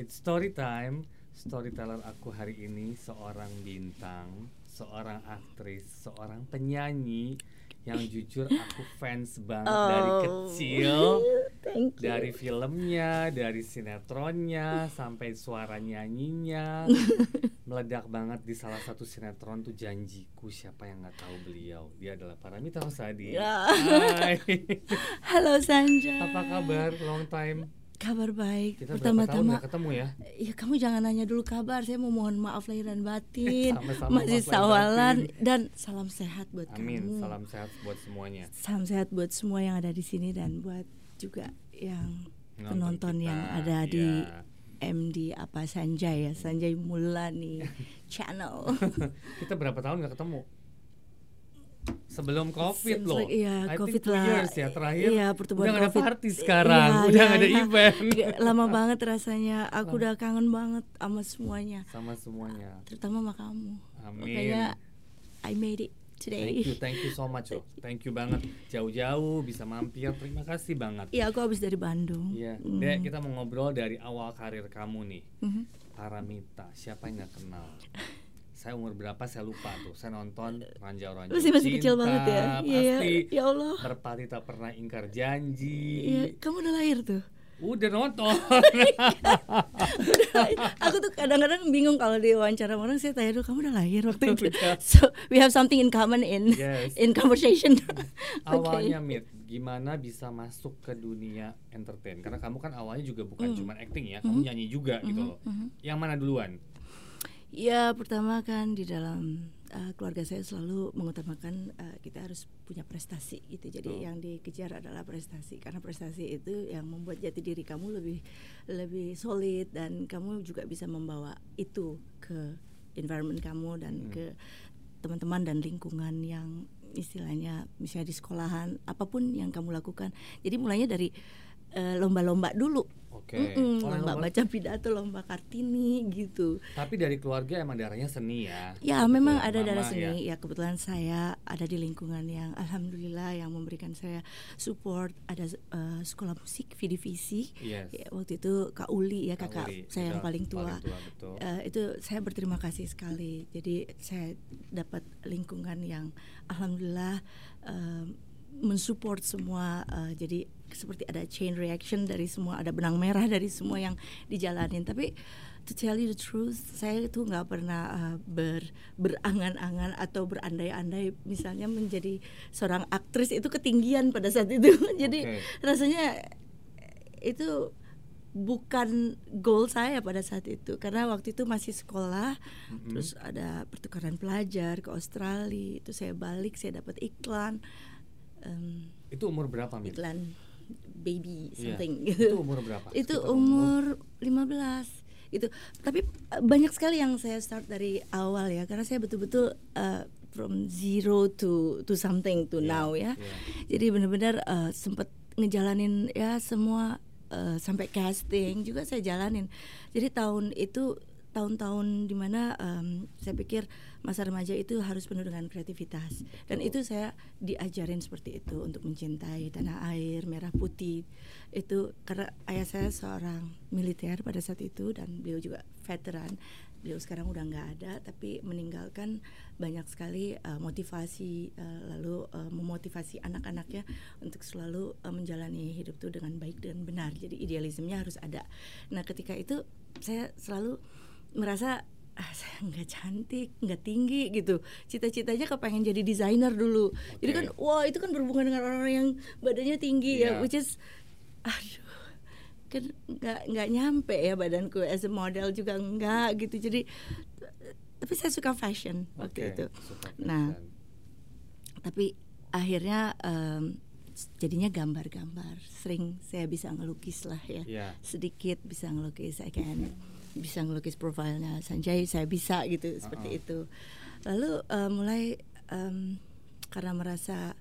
It's story time. Storyteller aku hari ini seorang bintang, seorang aktris, seorang penyanyi yang jujur aku fans banget dari kecil. Thank you. Dari filmnya, dari sinetronnya, sampai suara nyanyinya. Meledak banget di salah satu sinetron tuh Janjiku. Siapa yang gak tahu beliau? Dia adalah Paramitha Rusady. Ya. Hai. Halo Sanja. Apa kabar? Long time. Kabar baik. Kita berapa tahun gak ketemu ya? Ya kamu jangan nanya dulu kabar. Saya mau mohon maaf lahir dan batin. Sama-sama Masih maaf lahir sawalan batin. dan salam sehat buat Amin. kamu. Salam sehat buat semuanya. Salam sehat buat semua yang ada di sini dan buat juga yang Nonton penonton kita, yang ada di iya. MD apa Sanjay ya, Sanjay Mulani channel. Kita berapa tahun gak ketemu? Sebelum COVID Seems loh. like, iya, I COVID think 2 lah. years ya terakhir. Iya, pertemuan udah gak ada COVID. party sekarang, Iya, udah iya, gak ada iya. event. Lama banget rasanya. Aku udah kangen banget sama semuanya. Sama semuanya. Terutama sama kamu. Amin. Makanya I made it today. Thank you so much loh. Thank you banget. Jauh-jauh bisa mampir. Terima kasih banget. Iya, aku habis dari Bandung. Iya. Dek, kita mau ngobrol dari awal karir kamu nih. Paramitha, siapa yang gak kenal? Saya umur berapa saya lupa tuh. Saya nonton Ranjau-Ranjau Masih kecil Cinta, banget ya. Iya, pasti. ya Allah. Merpati tak pernah ingkar janji. Iya, kamu udah lahir tuh. Udah nonton. Aku tuh kadang-kadang bingung kalau di wawancara orang, saya tanya dulu kamu udah lahir waktu itu. Udah. So we have something in common in Yes. in conversation. Awalnya Mit, gimana bisa masuk ke dunia entertain? Karena kamu kan awalnya juga bukan cuma acting ya, kamu nyanyi juga gitu loh. Yang mana duluan? Ya pertama kan di dalam keluarga saya selalu mengutamakan kita harus punya prestasi gitu. Jadi yang dikejar adalah prestasi, karena prestasi itu yang membuat jati diri kamu lebih solid dan kamu juga bisa membawa itu ke environment kamu dan ke teman-teman dan lingkungan yang istilahnya misalnya di sekolahan, apapun yang kamu lakukan. Jadi mulainya dari lomba-lomba dulu. Oke. Lomba baca pidato, lomba Kartini gitu. Tapi dari keluarga emang darahnya seni ya? Ya Betul, memang ada mama darah seni ya. Kebetulan saya ada di lingkungan yang alhamdulillah yang memberikan saya support. Ada sekolah musik Vidivisi. Yes. Ya, waktu itu Kak Uli ya, Kak kakak Uli, saya yang udah paling tua. betul. Itu saya berterima kasih sekali. Jadi saya dapat lingkungan yang alhamdulillah mensupport semua. Jadi seperti ada chain reaction dari semua, ada benang merah dari semua yang dijalanin. Tapi to tell you the truth, saya itu nggak pernah berangan-angan atau berandai-andai misalnya menjadi seorang aktris itu ketinggian pada saat itu. Jadi rasanya itu bukan goal saya pada saat itu, karena waktu itu masih sekolah. Terus ada pertukaran pelajar ke Australia, itu saya balik, saya dapat iklan. Itu umur berapa Mit? Iklan baby something Iya. gitu. Itu umur berapa? Itu Sekitar umur 15 gitu. Tapi banyak sekali yang saya start dari awal ya, karena saya betul-betul from zero to something to now ya. Jadi benar-benar sempat ngejalanin ya semua sampai casting juga saya jalanin. Jadi tahun itu tahun-tahun dimana saya pikir masa remaja itu harus penuh dengan kreativitas. Dan itu saya diajarin seperti itu, untuk mencintai tanah air merah putih. Itu karena ayah saya seorang militer pada saat itu dan beliau juga veteran. Beliau sekarang udah nggak ada, tapi meninggalkan banyak sekali motivasi, lalu memotivasi anak-anaknya untuk selalu menjalani hidup itu dengan baik dan benar. Jadi idealismenya harus ada. Nah ketika itu saya selalu merasa saya nggak cantik, nggak tinggi gitu. Cita-citanya kepengen jadi desainer dulu. Jadi kan wah itu kan berhubungan dengan orang-orang yang badannya tinggi ya, which is aduh kan nggak nyampe ya badanku, as a model juga enggak gitu. Jadi tapi saya suka fashion waktu itu. Nah tapi akhirnya jadinya gambar-gambar. Sering saya bisa ngelukis lah ya, sedikit bisa ngelukis. Saya kan bisa ngelukis profilnya Sanjay, saya bisa gitu, seperti itu. Lalu mulai karena merasa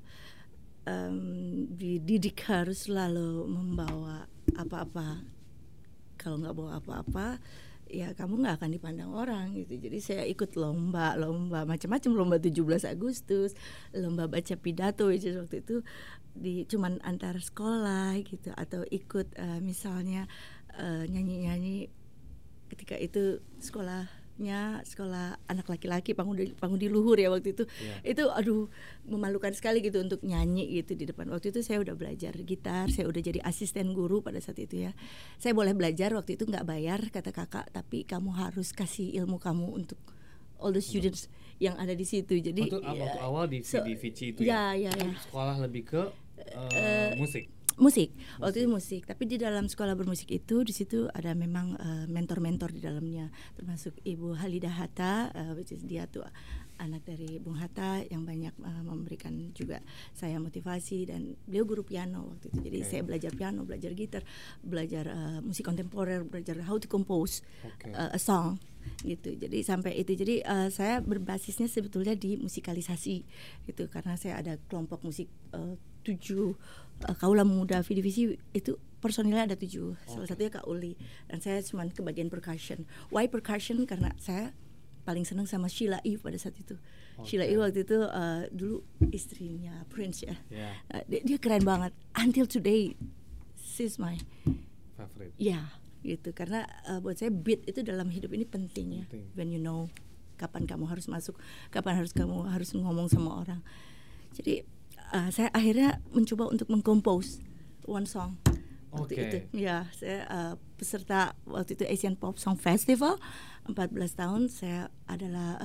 dididik harus selalu membawa apa-apa. Kalau nggak bawa apa-apa, ya kamu nggak akan dipandang orang gitu. Jadi saya ikut lomba macam-macam, lomba 17 Agustus, lomba baca pidato, which is waktu itu cuman antar sekolah gitu, atau ikut misalnya nyanyi-nyanyi ketika itu sekolah anak laki-laki panggung di luhur ya waktu itu. Itu aduh memalukan sekali gitu untuk nyanyi gitu di depan. Waktu itu saya udah belajar gitar, saya udah jadi asisten guru pada saat itu ya. Saya boleh belajar waktu itu nggak bayar kata kakak, tapi kamu harus kasih ilmu kamu untuk all the students yang ada di situ. Jadi waktu awal di Vici itu ya. Sekolah lebih ke musik. Waktu itu musik, tapi di dalam sekolah bermusik itu di situ ada memang mentor-mentor di dalamnya, termasuk Ibu Halidah Hatta, which is dia tuh anak dari Bung Hatta yang banyak memberikan juga saya motivasi, dan beliau guru piano waktu itu. Jadi saya belajar piano, belajar gitar, belajar musik kontemporer, belajar how to compose a song gitu. Jadi sampai itu, jadi saya berbasisnya sebetulnya di musikalisasi gitu, karena saya ada kelompok musik 7 Kaula Muda Vidivisi itu personilnya ada 7, salah satunya Kak Uli, dan saya cuma ke bagian percussion. Why percussion? Karena saya paling senang sama Sheila E pada saat itu. Sheila E waktu itu dulu istrinya Prince ya. Dia keren banget. Until today, she's my favorite. Ya, gitu. Karena buat saya beat itu dalam hidup ini penting ya. When you know kapan kamu harus masuk, kapan kamu harus ngomong sama orang. Jadi saya akhirnya mencoba untuk mengcompose one song waktu itu. Ya, saya peserta waktu itu Asian Pop Song Festival 14 tahun. Saya adalah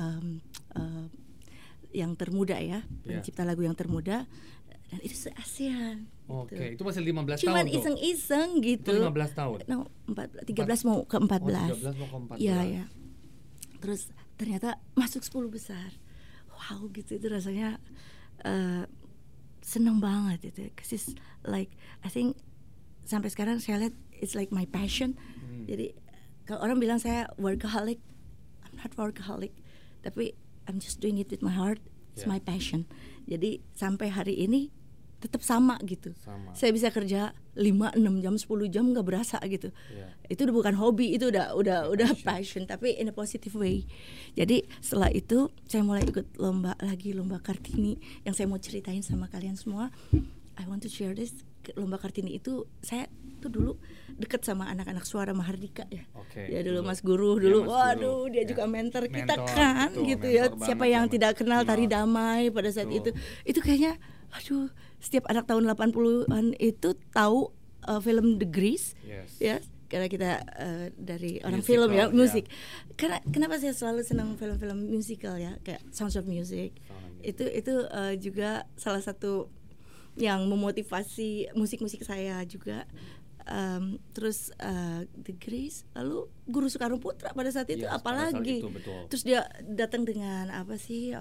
yang termuda ya, pencipta lagu yang termuda, dan itu se-ASEAN. Itu masih 15 tahun. Cuman iseng-iseng gitu. Itu 15 tahun. 13 mau ke 14. 13 mau ke 14. Iya. Terus ternyata masuk 10 besar. Wow, gitu, itu rasanya seneng banget itu. Cause it's like, I think sampai sekarang saya lihat it's like my passion. Jadi kalau orang bilang saya workaholic, I'm not workaholic, tapi I'm just doing it with my heart. It's my passion. Jadi sampai hari ini tetap sama gitu. Saya bisa kerja 5, 6 jam, 10 jam nggak berasa gitu. Itu udah bukan hobi, itu udah passion, tapi in a positive way. Jadi setelah itu saya mulai ikut lomba Kartini yang saya mau ceritain sama kalian semua. I want to share this. Lomba Kartini itu saya tuh dulu deket sama anak-anak suara Mahardika ya. Ya dulu Mas Guru dulu. Waduh, dia juga mentor kita kan gitu ya. Siapa yang tidak kenal tari damai pada saat itu. Itu kayaknya aduh, setiap anak tahun 80-an itu tahu film The Grease, ya, karena kita dari orang musical, film ya, musik. Karena kenapa saya selalu senang film-film musical ya, kayak Sounds of Music. Itu juga salah satu yang memotivasi musik-musik saya juga. Terus The Grease, lalu Guru Soekarno Putra pada saat itu, apalagi. Terus dia datang dengan apa sih?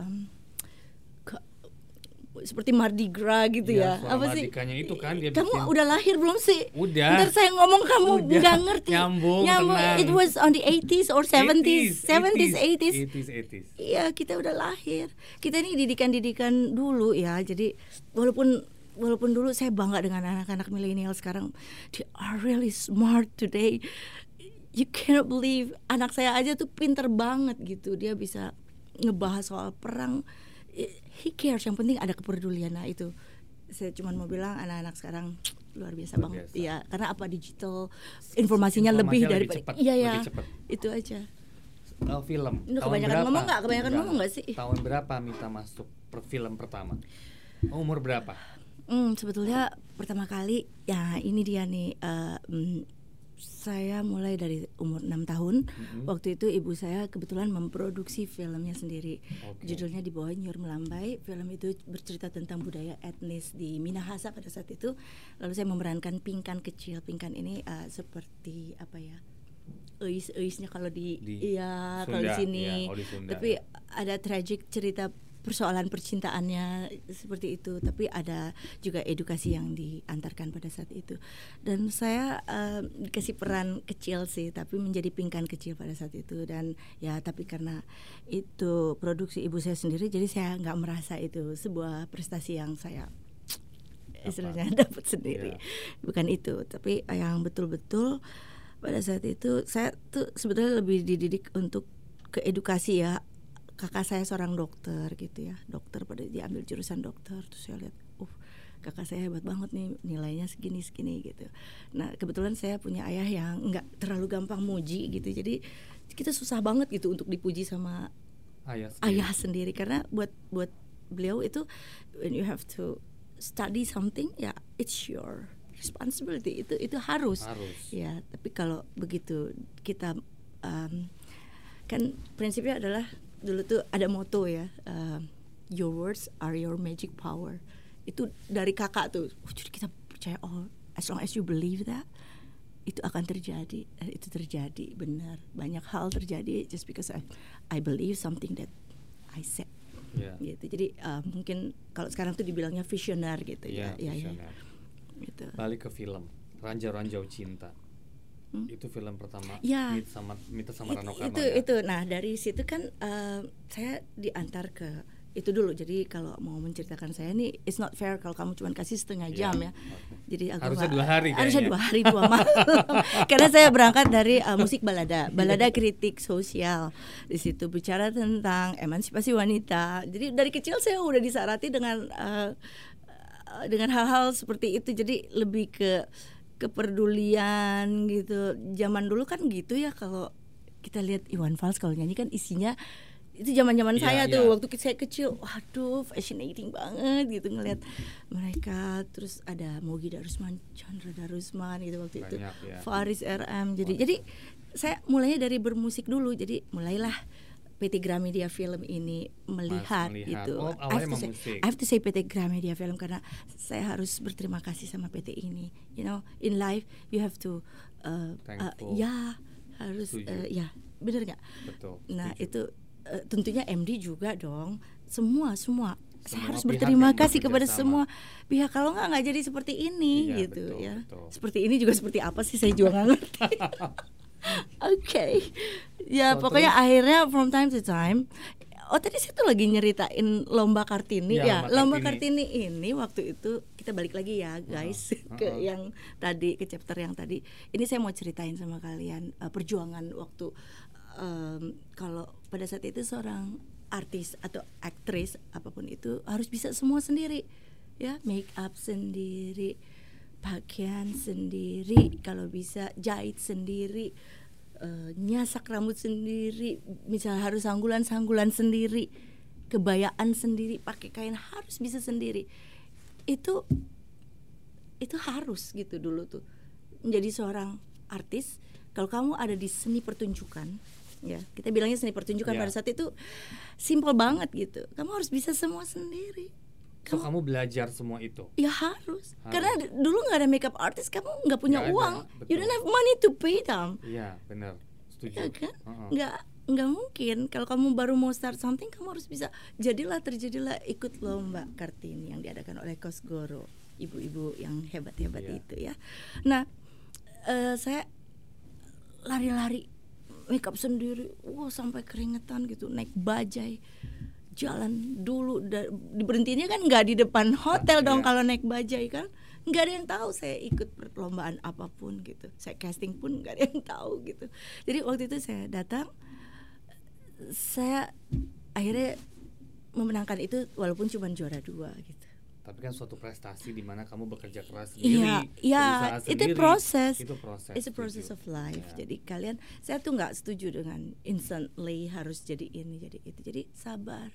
Seperti Mardi Gras gitu ya. Apa sih? Itu kan dia kamu bikin... udah lahir belum sih? Udah. Ntar saya ngomong kamu nggak ngerti. Nyambung. It was on the 80s or 70s, 80s. Iya, kita udah lahir. Kita ini didikan dulu ya. Jadi walaupun dulu saya bangga dengan anak-anak milenial sekarang, they are really smart today. You cannot believe, anak saya aja tuh pinter banget gitu. Dia bisa ngebahas soal perang. He cares, yang penting ada kepedulian. Nah itu saya cuma mau bilang anak-anak sekarang luar biasa banget. Iya, karena apa, digital informasinya lebih daripada iya itu aja. Film. Kebanyakan ngomong nggak sih? Tahun berapa Mita masuk film pertama? Umur berapa? Sebetulnya pertama kali ya ini dia nih. Saya mulai dari umur 6 tahun. Waktu itu ibu saya kebetulan memproduksi filmnya sendiri. Judulnya Di Bawah Nyur Melambai. Film itu bercerita tentang budaya etnis di Minahasa pada saat itu. Lalu saya memerankan Pingkan kecil. Pingkan ini seperti apa ya? Eis-eisnya kalau di kalau di sini. Tapi ada tragic cerita persoalan percintaannya seperti itu, tapi ada juga edukasi yang diantarkan pada saat itu. Dan saya dikasih peran kecil sih, tapi menjadi Pingkan kecil pada saat itu. Dan ya tapi karena itu produksi ibu saya sendiri, jadi saya nggak merasa itu sebuah prestasi yang saya istilahnya dapat sendiri. Bukan itu, tapi yang betul-betul pada saat itu saya tuh sebetulnya lebih dididik untuk ke edukasi ya. Kakak saya seorang dokter gitu ya, dokter, pada dia ambil jurusan dokter. Terus saya lihat, kakak saya hebat banget nih, nilainya segini gitu. Nah kebetulan saya punya ayah yang nggak terlalu gampang muji gitu, jadi kita susah banget gitu untuk dipuji sama ayah sendiri karena buat beliau itu when you have to study something ya it's your responsibility, itu harus. Ya tapi kalau begitu kita kan prinsipnya adalah dulu tuh ada moto ya, your words are your magic power, itu dari kakak tuh. Jadi kita percaya as long as you believe that itu akan terjadi, itu terjadi benar. Banyak hal terjadi just because I believe something that I said. Gitu. Jadi mungkin kalau sekarang tuh dibilangnya visioner gitu ya. Gitu. Balik ke film Ranjau Cinta. Itu film pertama Mita sama Rano Karno. Itu. Nah, dari situ kan saya diantar ke itu dulu. Jadi kalau mau menceritakan saya ini it's not fair kalau kamu cuma kasih setengah jam ya. Jadi aku harusnya 2 hari kayaknya. Harusnya 2 hari 2 malam. Karena saya berangkat dari musik balada kritik sosial. Di situ bicara tentang emansipasi wanita. Jadi dari kecil saya udah disarati dengan hal-hal seperti itu. Jadi lebih ke kepedulian gitu. Zaman dulu kan gitu ya, kalau kita lihat Iwan Fals kalau nyanyi kan isinya itu zaman-zaman saya tuh waktu saya kecil, waduh fascinating banget gitu ngelihat mereka. Terus ada Mogi Darusman, Chandra Darusman gitu waktu itu, Faris RM. Jadi saya mulainya dari bermusik dulu. Jadi mulailah PT Gramedia Film ini melihat gitu. I have to say PT Gramedia Film karena saya harus berterima kasih sama PT ini. You know, in life you have to harus bener nggak? Betul. Nah itu tentunya MD juga dong. Semua saya harus berterima kasih kepada semua pihak. Kalau nggak jadi seperti ini gitu. Betul. Seperti ini juga seperti apa sih saya juga nggak ngerti. Okay. Ya pokoknya akhirnya from time to time. Tadi saya tuh lagi nyeritain lomba Kartini lomba Kartini ini waktu itu kita balik lagi ya guys ke yang tadi, ke chapter yang tadi. Ini saya mau ceritain sama kalian perjuangan waktu kalau pada saat itu seorang artis atau aktris apapun itu harus bisa semua sendiri ya, make up sendiri, pakaian sendiri, kalau bisa jahit sendiri, nyasak rambut sendiri, misalnya harus sanggulan sendiri, kebayaan sendiri, pakai kain harus bisa sendiri. Itu harus gitu dulu tuh menjadi seorang artis. Kalau kamu ada di seni pertunjukan, ya kita bilangnya seni pertunjukan pada saat itu simple banget gitu. Kamu harus bisa semua sendiri. Kamu belajar semua itu? Ya harus. Karena dulu nggak ada makeup artist, kamu nggak punya uang. You don't have money to pay them. Iya benar, setuju. Ya kan? Nggak mungkin. Kalau kamu baru mau start something, kamu harus bisa. Terjadilah ikut lomba Kartini yang diadakan oleh Kosgoro, ibu-ibu yang hebat-hebat itu ya. Nah, saya lari-lari, makeup sendiri, sampai keringetan gitu, naik bajai, jalan dulu. Diberhentinya kan nggak di depan hotel dong kalau naik bajai kan, nggak ada yang tahu saya ikut perlombaan apapun gitu, saya casting pun nggak ada yang tahu gitu. Jadi waktu itu saya datang, saya akhirnya memenangkan itu walaupun cuma juara 2 gitu. Tapi kan suatu prestasi di mana kamu bekerja keras sendiri. Iya, itu proses. It's a process of life. Ya. Jadi saya tuh nggak setuju dengan instantly harus jadi ini jadi itu. Jadi sabar.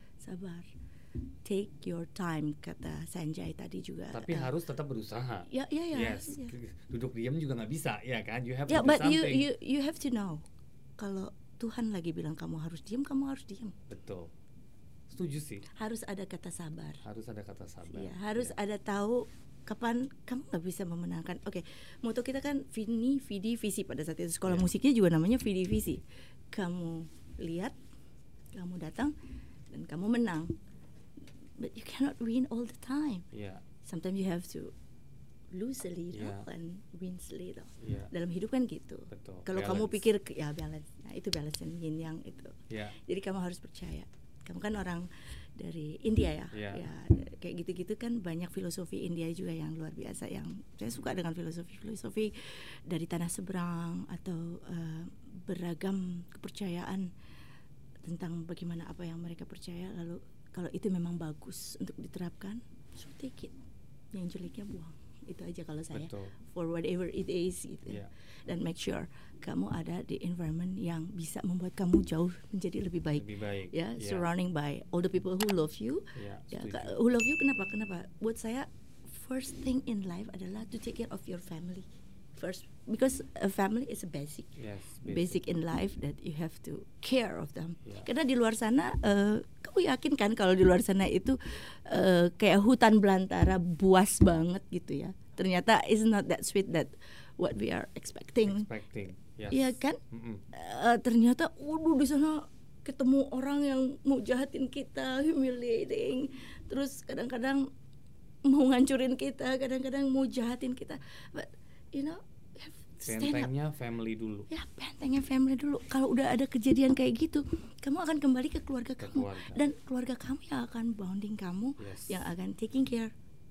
Take your time, kata Sanjay tadi juga. Tapi harus tetap berusaha. Yes. Yeah. Duduk diam juga nggak bisa, ya kan? You have to do but something. you have to know. Kalau Tuhan lagi bilang kamu harus diam, kamu harus diam. Betul. Setuju sih. Harus ada kata sabar. Ya, harus ada tahu kapan kamu nggak bisa memenangkan. Oke, moto kita kan vidi, visi pada saat itu. Sekolah musiknya juga namanya vidi, visi. Kamu lihat, kamu datang, dan kamu menang. But you cannot win all the time. Sometimes you have to lose a little and win a little. Dalam hidup kan gitu. Kalau kamu pikir balance, nah itu balance and yin yang itu. Jadi kamu harus percaya. Kamu kan orang dari India ya, kayak gitu-gitu kan banyak filosofi India juga yang luar biasa. Yang saya suka dengan filosofi dari tanah seberang atau beragam kepercayaan tentang bagaimana apa yang mereka percaya. Lalu kalau itu memang bagus untuk diterapkan, so take it. yang jeleknya buang. Itu aja kalau saya. Betul. For whatever it is gitu. Yeah. Dan make sure kamu ada di environment yang bisa membuat kamu jauh menjadi lebih baik. Lebih baik. Ya, Yeah. surrounding by all the people who love you. Yeah, Ya, setuju. who love you kenapa? Buat saya first thing in life adalah to take care of your family first, because a family is a basic. Yes, Basic in life that you have to care of them. Yeah. Karena di luar sana, kamu yakin kan kalau di luar sana itu kayak hutan belantara, buas banget gitu ya. Ternyata it's not that sweet that what we are expecting. Yes. Iya kan? Mm-mm. Ternyata, di sana ketemu orang yang mau jahatin kita, humiliating. Terus kadang-kadang mau ngancurin kita, kadang-kadang mau jahatin kita. But you know, have to stand up. Bentengnya family dulu. Ya, bentengnya family dulu. Kalau udah ada kejadian kayak gitu, kamu akan kembali ke keluarga kamu. keluarga. Dan keluarga kamu yang akan bonding kamu, Yes. yang akan taking care.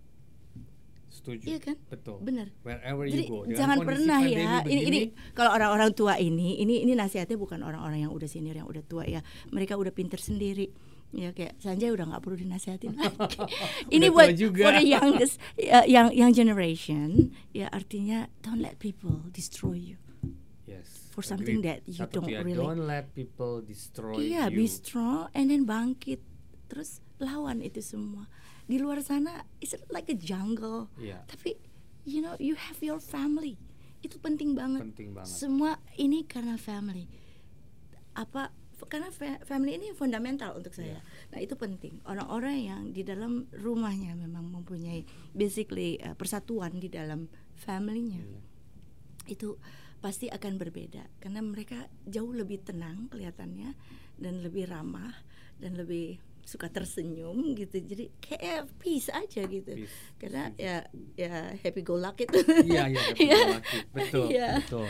Setuju. Iya kan? Betul. Benar. Wherever Jadi you go. Dengan jangan kondisi pernah pandemi ya. begini, Ini kalau orang-orang tua ini nasihatnya bukan orang-orang yang udah senior, yang udah tua ya. Mereka udah pinter sendiri. Ya kayak Sanjay udah nggak perlu dinasihatin lagi. Ini Udah buat tua juga. for the youngest, yang generation. Ya artinya don't let people destroy you Yes. for something Agreed. that you Satu don't dia, really. don't let people destroy Iya, you. be strong and then bangkit. Terus lawan itu semua. Di luar sana it's like a jungle. Iya. Tapi you know, you have your family. Itu penting banget. Penting banget. Semua ini karena family. Karena family ini fundamental untuk saya. Nah, itu penting. Orang-orang yang di dalam rumahnya memang mempunyai basically persatuan di dalam family-nya. Itu pasti akan berbeda karena mereka jauh lebih tenang kelihatannya dan lebih ramah dan lebih suka tersenyum gitu. Jadi kayak peace aja gitu. Peace. Karena ya happy go lucky itu. Iya, happy go lucky. Betul, Iya. betul.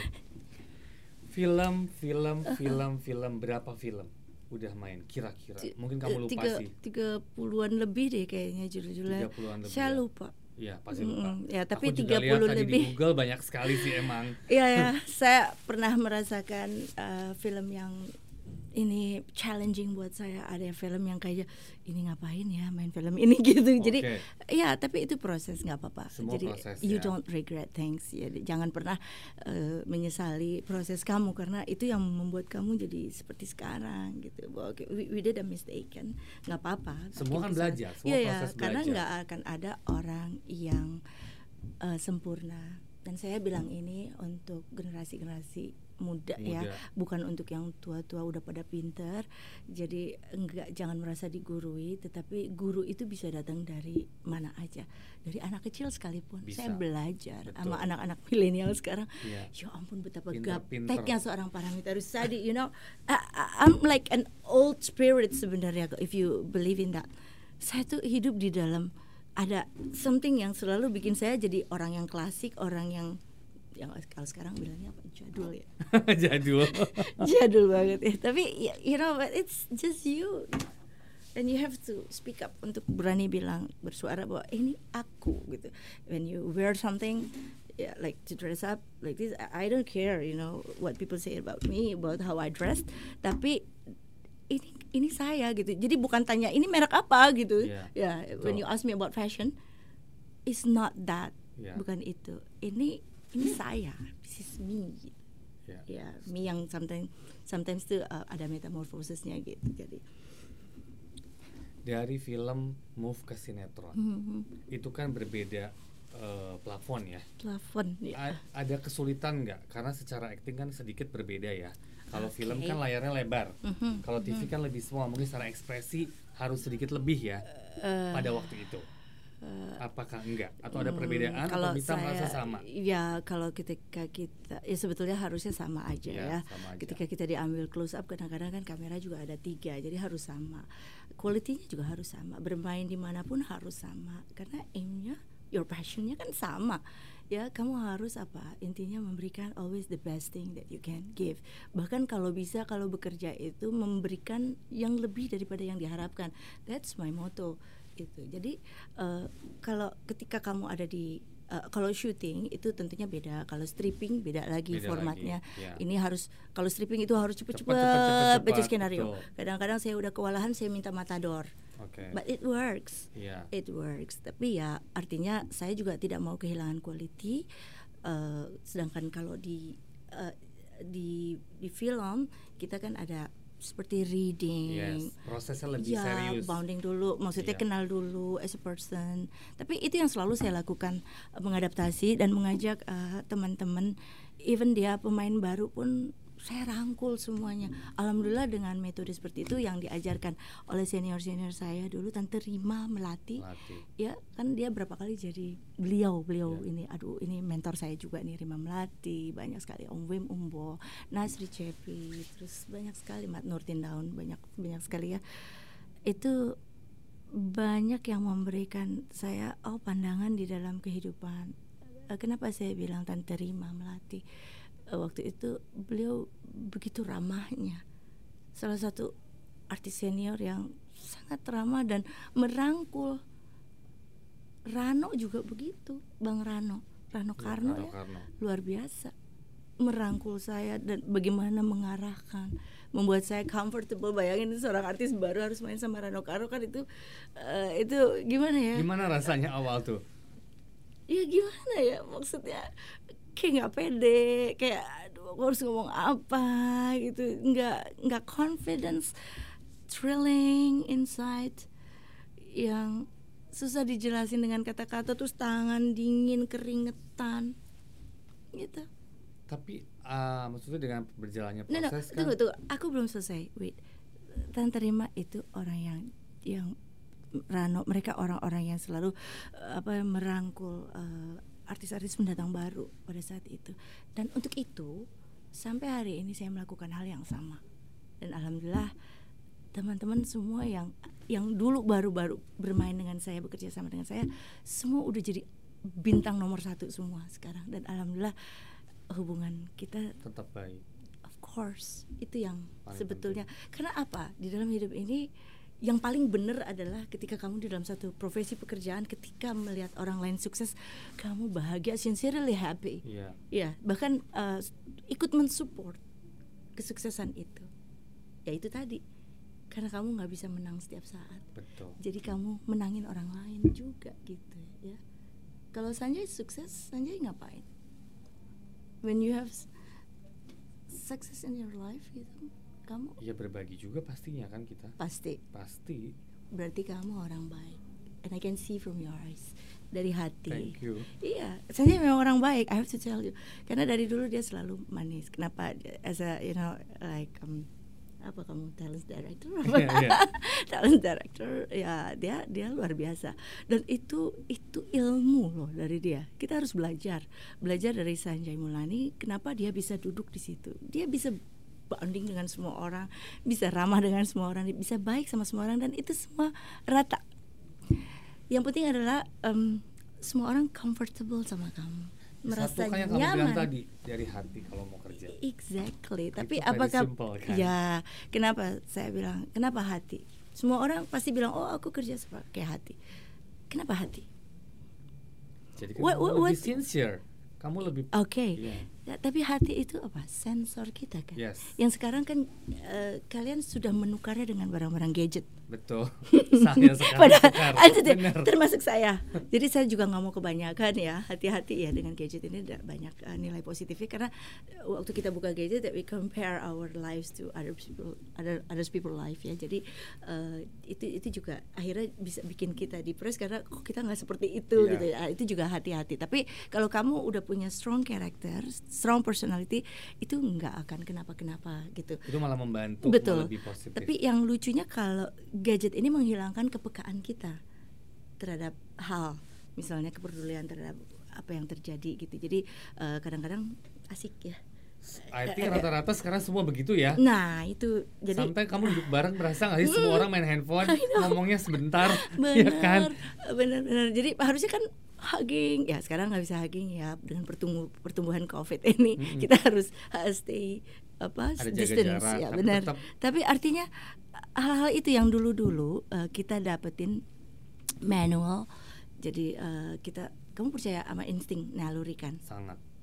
Film berapa film udah main kira-kira? Mungkin kamu lupa sih. 30-an lebih deh kayaknya judul-judulnya. 30-an lebih. Saya ya. lupa. Iya, pasti lupa. Ya, tapi Aku juga 30 lihat tadi lebih. di Google banyak sekali sih emang. Iya, saya pernah merasakan film yang ini challenging buat saya. Ada film yang kayak ini ngapain ya main film ini gitu. Jadi ya, tapi itu proses, nggak apa-apa. Semua Jadi proses, you ya. don't regret things. Jadi jangan pernah menyesali proses kamu karena itu yang membuat kamu jadi seperti sekarang gitu. Bahwa we did a mistake kan, nggak apa-apa. Semua kan belajar, semua Iya, proses karena belajar. nggak akan ada orang yang sempurna. Dan saya bilang ini untuk generasi-generasi muda ya, bukan untuk yang tua-tua udah pada pinter. Jadi jangan merasa digurui, tetapi guru itu bisa datang dari mana aja, dari anak kecil sekalipun. Bisa. Saya belajar Betul. sama anak-anak milenial sekarang. Iya. Ya ampun, betapa Pinter-pinter. gapteknya seorang paramita Rusadi. You know, I'm like an old spirit sebenarnya, if you believe in that. Saya tuh hidup di dalam ada something yang selalu bikin saya jadi orang yang klasik, orang yang kalau sekarang bilangnya apa, jadul ya. Jadul banget ya. Tapi you know, but it's just you, and you have to speak up untuk berani bilang, bersuara bahwa ini aku gitu. When you wear something, like to dress up like this, I don't care, you know, what people say about me, about how I dressed. Tapi ini saya gitu. Jadi bukan tanya ini merek apa gitu. When you ask me about fashion, it's not that. Bukan itu. Ini saya, this is me. Me yang sometimes tuh ada metamorfosisnya gitu. Jadi dari film move ke sinetron, itu kan berbeda plafon ya. Plafon. Ya. Ada kesulitan nggak? Karena secara akting kan sedikit berbeda ya. Kalau film kan layarnya lebar, kalau TV kan lebih small. Mungkin secara ekspresi harus sedikit lebih ya pada waktu itu. Apakah enggak? Atau ada perbedaan atau bisa merasa sama? Ya, kalau ketika kita ya sebetulnya harusnya sama aja ya. Sama aja. Ketika kita diambil close up, kadang-kadang kan kamera juga ada 3, jadi harus sama. Quality-nya juga harus sama. Bermain dimanapun harus sama. Karena aim-nya, your passion-nya kan sama. Ya, kamu harus intinya memberikan always the best thing that you can give. Bahkan kalau bisa, kalau bekerja itu memberikan yang lebih daripada yang diharapkan. That's my motto itu. Jadi kalau ketika kamu ada di kalau syuting itu tentunya beda. Kalau stripping beda lagi formatnya. Ini harus, kalau stripping itu harus cepet-cepet baca skenario. Kadang-kadang saya udah kewalahan, saya minta matador. Oke. But it works. Iya. It works. Tapi ya artinya saya juga tidak mau kehilangan quality. Sedangkan kalau di film kita kan ada seperti reading. Yes, prosesnya lebih ya, serius. Bounding dulu, maksudnya kenal dulu as a person. Tapi itu yang selalu saya lakukan, mengadaptasi dan mengajak teman-teman, even dia pemain baru pun saya rangkul semuanya. Alhamdulillah dengan metode seperti itu yang diajarkan oleh senior-senior saya dulu, Tante Rima Melati. Ya kan dia berapa kali jadi beliau ini, aduh ini mentor saya juga nih, Rima Melati, banyak sekali Om Wim Umbo, Nasri Cepi, terus banyak sekali Mat Nurtin Daun, banyak sekali ya. Itu banyak yang memberikan saya pandangan di dalam kehidupan. Kenapa saya bilang Tante Rima Melati? Waktu itu beliau begitu ramahnya, salah satu artis senior yang sangat ramah dan merangkul. Rano juga begitu, Bang Rano Karno ya, luar biasa merangkul saya dan bagaimana mengarahkan, membuat saya comfortable. Bayangin seorang artis baru harus main sama Rano Karno kan itu gimana ya? Gimana rasanya awal tuh? Ya gimana ya, maksudnya kayak nggak pede, kayak aduh aku harus ngomong apa gitu, nggak confidence, thrilling inside, yang susah dijelasin dengan kata-kata, terus tangan dingin, keringetan gitu. Tapi maksudnya dengan berjalannya proses kan? Tunggu, aku belum selesai. Wait, Tante Rima itu orang yang Rano, mereka orang-orang yang selalu merangkul artis-artis pendatang baru pada saat itu. Dan untuk itu sampai hari ini saya melakukan hal yang sama. Dan alhamdulillah teman-teman semua yang dulu baru-baru bermain dengan saya, bekerja sama dengan saya, semua udah jadi bintang nomor 1 semua sekarang. Dan alhamdulillah hubungan kita tetap baik. Of course, itu yang paling sebetulnya penting. Karena apa? Di dalam hidup ini yang paling benar adalah ketika kamu di dalam satu profesi pekerjaan, ketika melihat orang lain sukses, kamu bahagia, sincerely happy. Ya, bahkan ikut mensupport kesuksesan itu. Ya itu tadi, karena kamu nggak bisa menang setiap saat. Betul. Jadi kamu menangin orang lain juga gitu ya. Kalau Sanjay sukses, Sanjay ngapain? When you have success in your life gitu, kamu ya berbagi juga pastinya kan kita. Pasti. Berarti kamu orang baik. And I can see from your eyes, dari hati. Thank you. Iya, Sanjay memang orang baik. I have to tell you. Karena dari dulu dia selalu manis. Kenapa? As a like apa kamu talent director? Talent director. Ya dia luar biasa. Dan itu ilmu loh dari dia. Kita harus belajar dari Sanjay Mulani. Kenapa dia bisa duduk di situ? Dia bisa bonding dengan semua orang, bisa ramah dengan semua orang, bisa baik sama semua orang, dan itu semua rata. Yang penting adalah semua orang comfortable sama kamu, merasa kan yang nyaman. Kamu bilang tadi dari hati kalau mau kerja. Exactly. Itu tapi apakah simple, kan? Ya kenapa saya bilang kenapa hati? Semua orang pasti bilang aku kerja pakai hati. Kenapa hati? Jadi kamu lebih sincere. Kamu lebih Ya, tapi hati itu apa? Sensor kita kan. Yes. Yang sekarang kan kalian sudah menukarnya dengan barang-barang gadget. Betul. Saya sekarang termasuk saya. Jadi saya juga nggak mau kebanyakan ya. Hati-hati ya dengan gadget ini, banyak nilai positifnya, karena waktu kita buka gadget that we compare our lives to other people life ya. Jadi itu juga akhirnya bisa bikin kita depressed karena kok kita nggak seperti itu gitu ya. Itu juga hati-hati. Tapi kalau kamu udah punya strong character, strong personality, itu nggak akan kenapa-kenapa gitu. Itu malah membantu. Betul. Lebih positif. Tapi yang lucunya kalau gadget ini menghilangkan kepekaan kita terhadap hal, misalnya kepedulian terhadap apa yang terjadi gitu. Jadi kadang-kadang asik ya. I think rata-rata sekarang semua begitu ya. Nah itu jadi sampai kamu duduk bareng berasa nggak sih semua orang main handphone, ngomongnya sebentar. Benar, ya kan? Benar. Jadi harusnya kan hugging, ya sekarang nggak bisa hugging ya dengan pertumbuhan COVID ini. Kita harus stay distance jarak, ya benar. Tapi artinya hal-hal itu yang dulu kita dapetin manual. Jadi kamu percaya sama insting naluri kan? Sangat.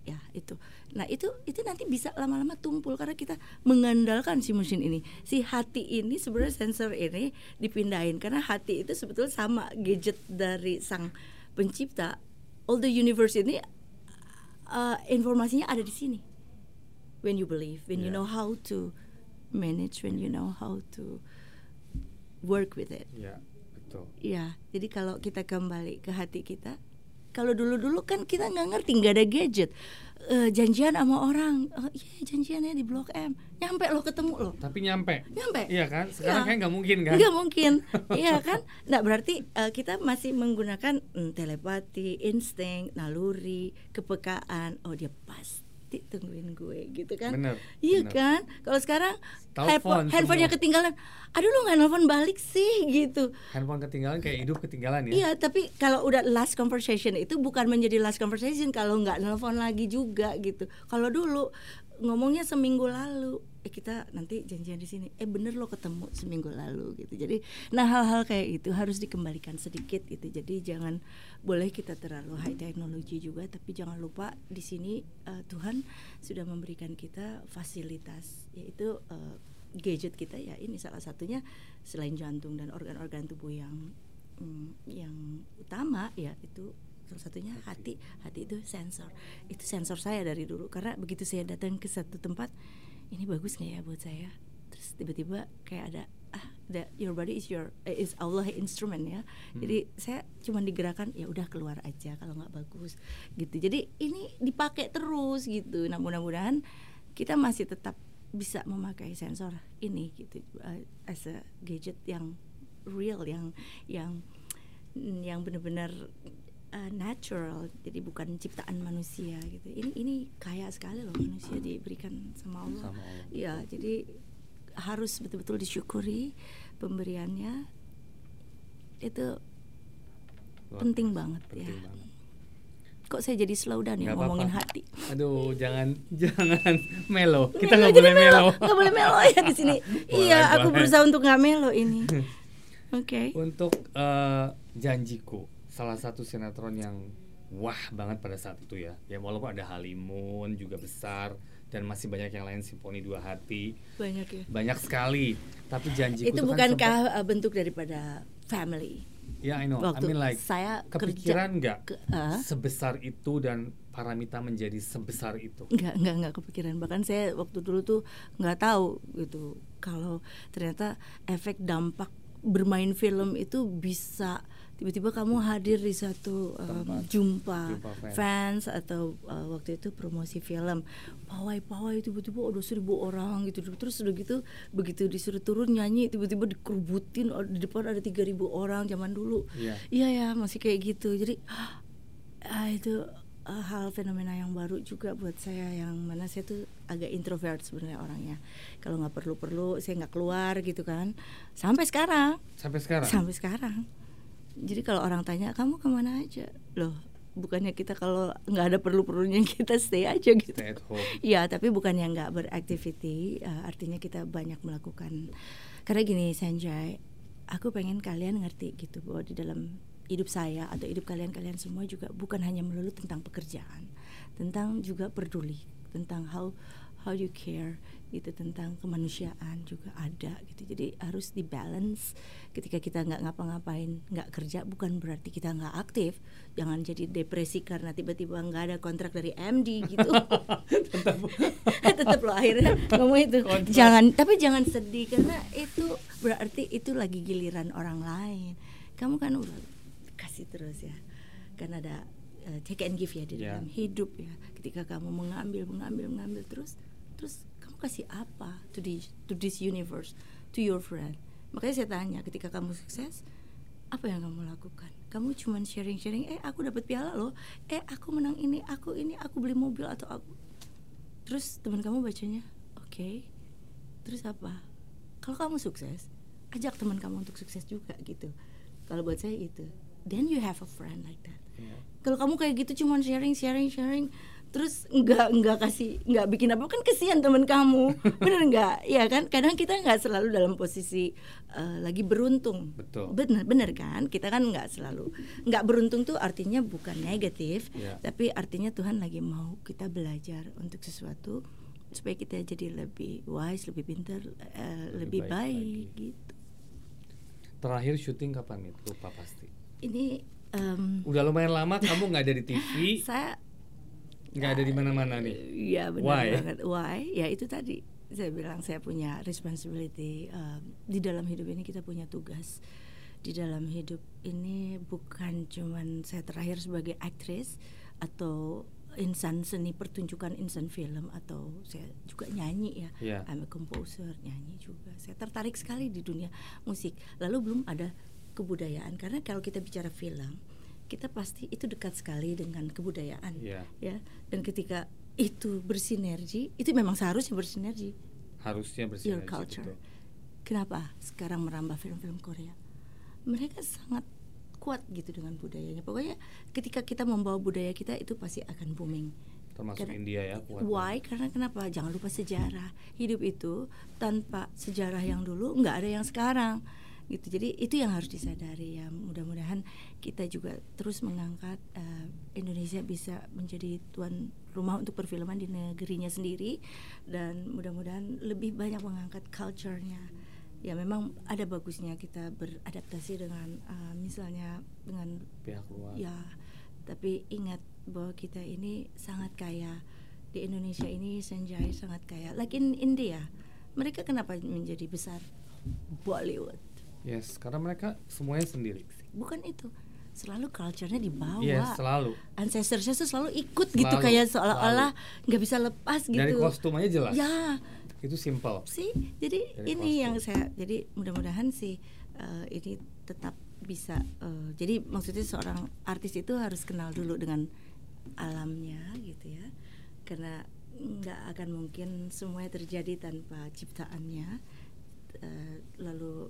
ya itu. Nah itu nanti bisa lama-lama tumpul karena kita mengandalkan si mesin ini, si hati ini sebenarnya sensor ini dipindahin karena hati itu sebetulnya sama gadget dari sang pencipta. All the universe ini informasinya ada di sini. When you believe, when you know how to manage, when you know how to work with it. Ya, betul. Ya, jadi kalau kita kembali ke hati kita. Kalau dulu kan kita nggak ngerti, nggak ada gadget, janjian sama orang, janjiannya di Blok M, nyampe lo ketemu lo. Tapi nyampe. Iya kan? Sekarang kayak nggak mungkin kan? Nggak mungkin, iya kan? Nah berarti kita masih menggunakan telepati, insting, naluri, kepekaan. Oh dia pasti tungguin gue gitu kan? Bener. Iya bener. kan? Kalau sekarang handphonenya semua. ketinggalan, aduh lu nggak nelfon balik sih gitu. Handphone ketinggalan kayak hidup ketinggalan ya. Iya, tapi kalau udah last conversation itu bukan menjadi last conversation kalau nggak nelfon lagi juga gitu. Kalau dulu ngomongnya seminggu lalu, kita nanti janjian di sini. Bener lo ketemu seminggu lalu gitu. Jadi, nah hal-hal kayak itu harus dikembalikan sedikit gitu. Jadi jangan boleh kita terlalu high technology juga, tapi jangan lupa di sini Tuhan sudah memberikan kita fasilitas, yaitu gadget kita ya ini salah satunya selain jantung dan organ-organ tubuh yang utama ya itu salah satunya hati itu sensor saya dari dulu karena begitu saya datang ke satu tempat ini bagus nggak ya buat saya terus tiba-tiba kayak ada your body is Allah instrument ya jadi saya cuma digerakkan ya udah keluar aja kalau nggak bagus gitu jadi ini dipakai terus gitu nah mudah-mudahan kita masih tetap bisa memakai sensor ini gitu as a gadget yang real yang benar-benar natural jadi bukan ciptaan manusia gitu ini kaya sekali loh manusia diberikan sama Allah. Ya jadi harus betul-betul disyukuri pemberiannya itu penting banget. Kok saya jadi slow down ya ngomongin hati. Aduh, jangan melo. Kita nggak boleh melo. Nggak boleh melo ya di sini. Iya, aku berusaha untuk nggak melo ini. Oke. Untuk Janjiku, salah satu sinetron yang wah banget pada saat itu ya. Ya walaupun ada Halimun juga besar dan masih banyak yang lain Simfoni Dua Hati. Banyak ya. Banyak sekali. Tapi Janjiku itu bukankah bentuk daripada family? Ya, I know. Waktu I mean like saya kepikiran nggak sebesar itu dan Paramita menjadi sebesar itu? Nggak kepikiran. Bahkan saya waktu dulu tuh nggak tahu gitu kalau ternyata efek dampak bermain film itu bisa tiba-tiba kamu hadir di satu jumpa fans atau waktu itu promosi film pawai tiba-tiba ada 1,000 orang gitu terus udah gitu begitu disuruh turun nyanyi tiba-tiba dikerubutin di depan ada 3.000 orang zaman dulu iya ya masih kayak gitu jadi itu hal fenomena yang baru juga buat saya yang mana saya tuh agak introvert sebenarnya orangnya kalau nggak perlu saya nggak keluar gitu kan sampai sekarang jadi kalau orang tanya kamu kemana aja loh bukannya kita kalau nggak ada perlu-perlunya kita stay aja gitu stay at home. Ya tapi bukannya nggak beraktiviti artinya kita banyak melakukan karena gini Sanjay aku pengen kalian ngerti gitu bahwa di dalam hidup saya atau hidup kalian semua juga bukan hanya melulu tentang pekerjaan tentang juga peduli tentang how you care gitu tentang kemanusiaan juga ada gitu jadi harus dibalance ketika kita nggak ngapa-ngapain nggak kerja bukan berarti kita nggak aktif jangan jadi depresi karena tiba-tiba nggak ada kontrak dari MD gitu tetap lo akhirnya ngomong itu jangan sedih karena itu berarti itu lagi giliran orang lain kamu kan udah kasih terus ya karena ada take and give ya di dalam hidup ya ketika kamu mengambil terus kamu kasih apa to this universe to your friend makanya saya tanya ketika kamu sukses apa yang kamu lakukan kamu cuma sharing aku dapat piala loh aku menang ini aku beli mobil atau aku terus teman kamu bacanya oke. Terus apa kalau kamu sukses ajak teman kamu untuk sukses juga gitu kalau buat saya itu then you have a friend like that. Kalau kamu kayak gitu cuma sharing terus nggak bikin apa, kan kesian teman kamu. Bener nggak? Ya kan, kadang kita nggak selalu dalam posisi lagi beruntung. Betul. Bener kan, kita kan nggak selalu. Nggak beruntung tuh artinya bukan negatif, tapi artinya Tuhan lagi mau kita belajar untuk sesuatu supaya kita jadi lebih wise, lebih pintar, lebih baik gitu. Terakhir syuting kapan nih? Lupa pasti. Ini udah lumayan lama kamu nggak ada di TV. Saya nggak ada di mana-mana nih. Iya benar banget. Why? Ya itu tadi saya bilang, saya punya responsibility. Di dalam hidup ini kita punya tugas. Di dalam hidup ini bukan cuman saya terakhir sebagai aktris atau insan seni pertunjukan, insan film, atau saya juga nyanyi ya. I'm a composer, nyanyi juga. Saya tertarik sekali di dunia musik. Lalu belum ada kebudayaan, karena kalau kita bicara film, kita pasti itu dekat sekali dengan kebudayaan, ya. Dan ketika itu bersinergi, itu memang seharusnya bersinergi. Harusnya bersinergi. Your culture. Betul. Kenapa sekarang merambah film-film Korea? Mereka sangat kuat gitu dengan budayanya. Pokoknya ketika kita membawa budaya kita, itu pasti akan booming. Termasuk India ya. Kuat. Why? Karena kenapa? Jangan lupa sejarah. Hidup itu tanpa sejarah yang dulu nggak ada yang sekarang. Gitu. Jadi itu yang harus disadari ya. Mudah-mudahan kita juga terus mengangkat Indonesia bisa menjadi tuan rumah untuk perfilman di negerinya sendiri, dan mudah-mudahan lebih banyak mengangkat culture-nya. Ya memang ada bagusnya kita beradaptasi dengan misalnya dengan pihak luar. Ya, tapi ingat bahwa kita ini sangat kaya. Di Indonesia ini Sanjay sangat kaya. Like in India, mereka kenapa menjadi besar? Bollywood. Yes, karena mereka semuanya sendiri. Bukan itu, selalu culture-nya dibawa. Yes, selalu. Ancestors-nya tuh selalu ikut gitu, kayak seolah-olah nggak bisa lepas gitu. Dari kostum aja jelas. Ya. Itu simple. Sih, jadi dari ini kostum yang saya, jadi mudah-mudahan sih ini tetap bisa. Jadi maksudnya seorang artis itu harus kenal dulu dengan alamnya gitu ya, karena nggak akan mungkin semuanya terjadi tanpa ciptaannya. Lalu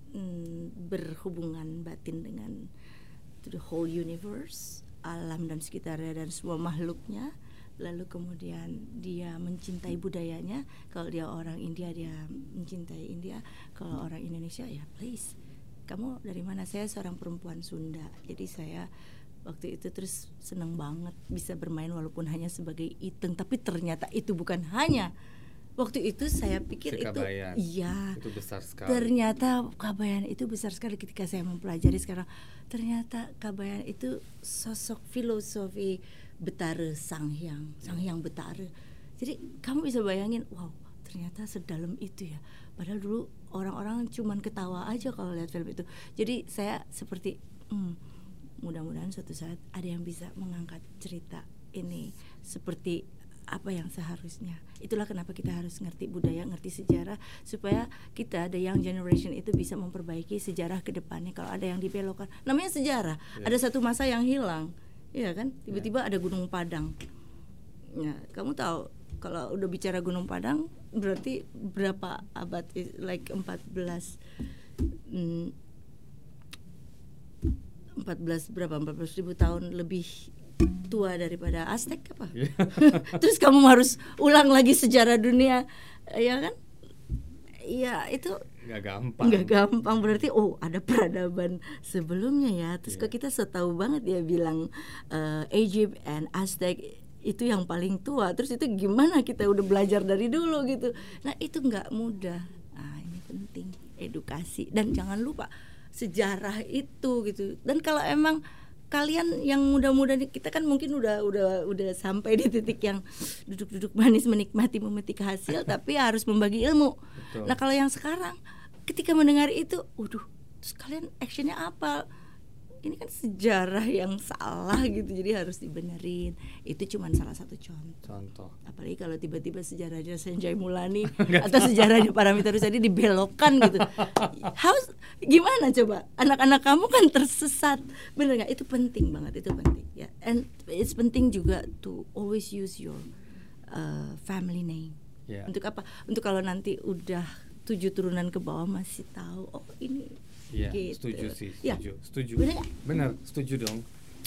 berhubungan batin dengan the whole universe, alam dan sekitarnya dan semua makhluknya. Lalu kemudian dia mencintai budayanya. Kalau dia orang India, dia mencintai India. Kalau orang Indonesia, ya please, kamu dari mana? Saya seorang perempuan Sunda, jadi saya waktu itu terus senang banget bisa bermain walaupun hanya sebagai iteng. Tapi ternyata itu bukan hanya. Waktu itu saya pikir Kabayan. Itu besar sekali. Ternyata Kabayan itu besar sekali ketika saya mempelajari sekarang. Ternyata Kabayan itu sosok filosofi Betara Sang Hyang Betara. Jadi kamu bisa bayangin, wow, ternyata sedalam itu ya. Padahal dulu orang-orang cuman ketawa aja kalau lihat film itu. Jadi saya seperti mudah-mudahan suatu saat ada yang bisa mengangkat cerita ini seperti apa yang seharusnya. Itulah kenapa kita harus ngerti budaya, ngerti sejarah, supaya kita, the young generation itu bisa memperbaiki sejarah ke depannya. Kalau ada yang dibelokkan, namanya sejarah. Ada satu masa yang hilang, ya kan? Tiba-tiba ada Gunung Padang. Nah, kamu tahu kalau udah bicara Gunung Padang berarti berapa abad? Like 14 ribu tahun lebih tua daripada Aztec apa? Terus kamu harus ulang lagi sejarah dunia, ya kan? Ya itu nggak gampang. Berarti ada peradaban sebelumnya ya. Terus kok kita setahu banget dia bilang Egypt and Aztec itu yang paling tua. Terus itu gimana kita udah belajar dari dulu gitu. Nah itu nggak mudah. Nah ini penting, edukasi, dan jangan lupa sejarah itu gitu. Dan kalau emang kalian yang muda-muda, kita kan mungkin udah sampai di titik yang duduk-duduk manis menikmati memetik hasil tapi harus membagi ilmu. Betul. Nah kalau yang sekarang ketika mendengar itu, terus kalian actionnya apa? Ini kan sejarah yang salah gitu, jadi harus dibenerin. Itu cuma salah satu contoh. Apalagi kalau tiba-tiba sejarahnya Sanjay Mulani atau sejarahnya Paramita Rusady dibelokkan gitu. Gimana coba? Anak-anak kamu kan tersesat. Bener nggak? Itu penting banget, itu penting ya. And it's penting juga to always use your family name. Untuk apa? Untuk kalau nanti udah 7 turunan ke bawah masih tahu ini. Iya, gitu. Setuju sih, ya. setuju. Benar, benar, setuju dong.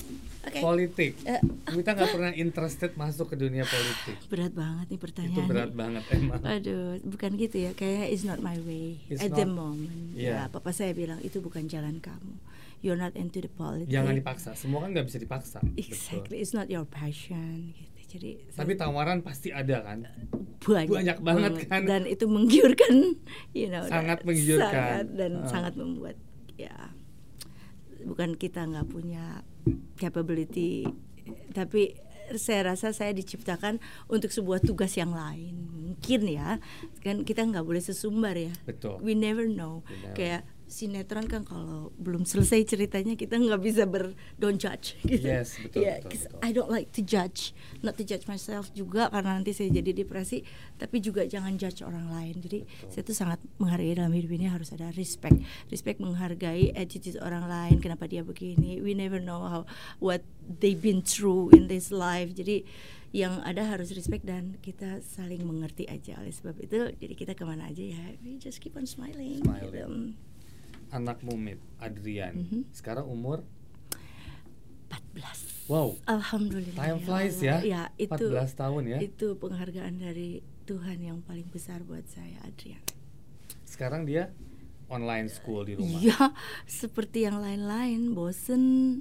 Oke. Politik. Kita nggak pernah interested masuk ke dunia politik. Berat banget nih pertanyaannya. Itu berat banget emang. Aduh, bukan gitu ya. Kayak it's not my way at the moment. Yeah. Ya, papa saya bilang itu bukan jalan kamu. You're not into the politics. Jangan dipaksa. Semua kan nggak bisa dipaksa. Exactly. Betul. It's not your passion. Gitu. Jadi. Tapi tawaran pasti ada kan? Banyak banget kan? Dan itu menggiurkan, sangat menggiurkan. Sangat membuat ya. Bukan kita nggak punya capability, tapi saya rasa saya diciptakan untuk sebuah tugas yang lain. Mungkin ya, kan kita nggak boleh sesumbar ya. Betul. We never know. Kayak sinetron kan kalau belum selesai ceritanya kita nggak bisa don't judge gitu. Yes, betul, yeah, betul. I don't like to judge, not to judge myself juga karena nanti saya jadi depresi, tapi juga jangan judge orang lain. Jadi betul. Saya tuh sangat menghargai dalam hidup ini harus ada respect menghargai attitude orang lain, kenapa dia begini. We never know what they've been through in this life. Jadi yang ada harus respect dan kita saling mengerti aja. Oleh sebab itu jadi kita kemana aja ya, we just keep on smiling. Anakmu Adrian sekarang umur 14. Wow. Alhamdulillah. Time flies ya. Ya, itu 14 tahun ya. Itu penghargaan dari Tuhan yang paling besar buat saya, Adrian. Sekarang dia online school di rumah. Iya, seperti yang lain-lain, bosen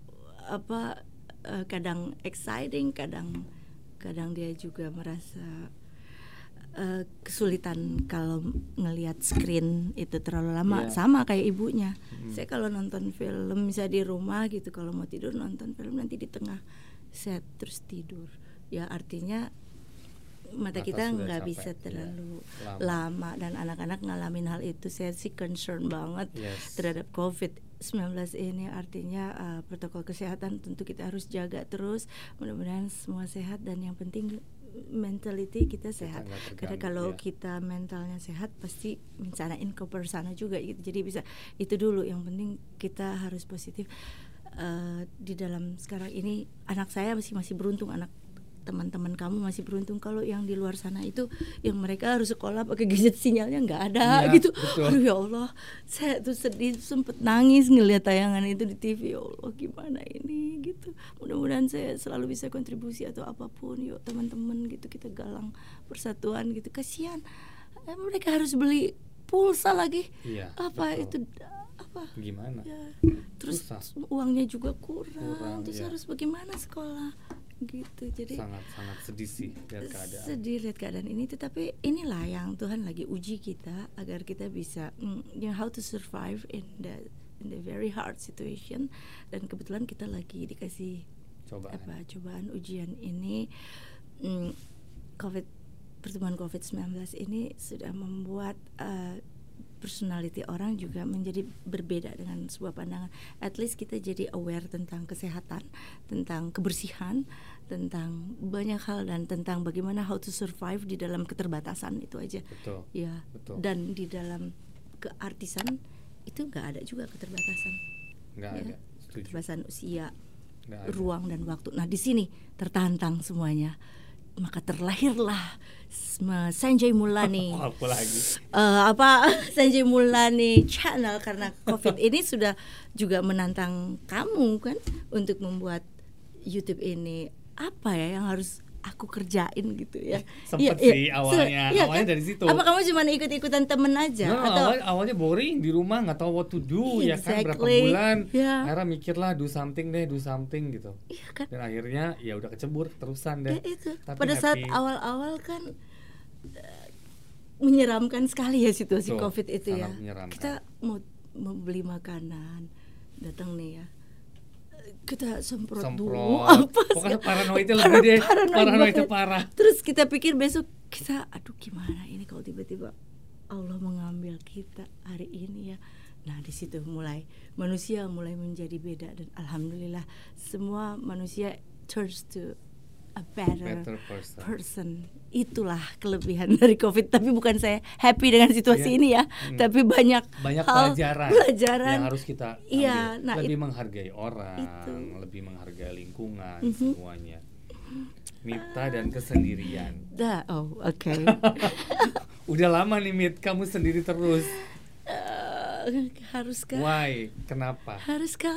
kadang exciting, kadang dia juga merasa kesulitan kalau ngelihat screen itu terlalu lama. Sama kayak ibunya. Saya kalau nonton film misalnya di rumah gitu, kalau mau tidur nonton film nanti di tengah set terus tidur. Ya artinya mata kita nggak bisa terlalu lama dan anak-anak ngalamin hal itu. Saya sih concern banget terhadap COVID-19 ini. Artinya protokol kesehatan tentu kita harus jaga terus. Mudah-mudahan semua sehat dan yang penting mentality kita sehat. Karena kalau kita mentalnya sehat pasti mencanain ke persana juga gitu. Jadi bisa itu dulu yang penting kita harus positif. Di dalam sekarang ini anak saya masih beruntung, anak teman-teman kamu masih beruntung. Kalau yang di luar sana itu yang mereka harus sekolah pakai gadget sinyalnya nggak ada gitu. Betul. Aduh ya Allah, saya tuh sedih, sempet nangis ngelihat tayangan itu di TV. Ya Allah gimana ini gitu. Mudah-mudahan saya selalu bisa kontribusi atau apapun. Yuk teman-teman gitu kita galang persatuan gitu. Kasihan mereka harus beli pulsa lagi. Betul. Gimana? Ya. Terus uangnya juga kurang. Terus harus bagaimana sekolah? Gitu. Jadi sangat sedih sih lihat keadaan. Sedih lihat keadaan ini, tetapi inilah yang Tuhan lagi uji kita agar kita bisa how to survive in the very hard situation. Dan kebetulan kita lagi dikasih cobaan ujian ini. Pertemuan COVID-19 ini sudah membuat personality orang juga menjadi berbeda dengan sebuah pandangan. At least kita jadi aware tentang kesehatan, tentang kebersihan, tentang banyak hal dan tentang bagaimana how to survive di dalam keterbatasan itu aja. Betul. Ya. Betul. Dan di dalam keartisan itu nggak ada juga keterbatasan. Nggak ada. Setuju. Keterbatasan usia, ruang dan waktu. Nah di sini tertantang semuanya. Maka terlahirlah Sanjay Mulani. Apa lagi? Sanjay Mulani Channel, karena COVID ini sudah juga menantang kamu kan untuk membuat YouTube ini. Apa ya yang harus aku kerjain gitu ya? Sempet sih awalnya kan? dari situ. Apa kamu cuma ikut-ikutan temen aja? Atau awalnya boring di rumah, nggak tahu what to do. Ya kan berapa bulan akhirnya mikirlah do something gitu. Kan? Dan akhirnya ya udah kecebur terusan deh. Itu. Pada saat awal-awal kan menyeramkan sekali ya situasi COVID itu ya. Kita mau beli makanan, datang nih ya, kita semprot dulu pokoknya paranoidnya lebih deh, paranoidnya parah. Terus kita pikir besok kita aduh gimana ini kalau tiba-tiba Allah mengambil kita hari ini ya. Nah di situ manusia mulai menjadi beda dan alhamdulillah semua manusia turns to a better person. Itulah kelebihan dari COVID. Tapi bukan saya happy dengan situasi ini ya, tapi banyak pelajaran yang harus kita ambil. Lebih menghargai orang, lebih menghargai lingkungan, semuanya. Mita dan kesendirian. Oke. Udah lama nih Mit, kamu sendiri terus. Haruskah? Why? Kenapa? Haruskah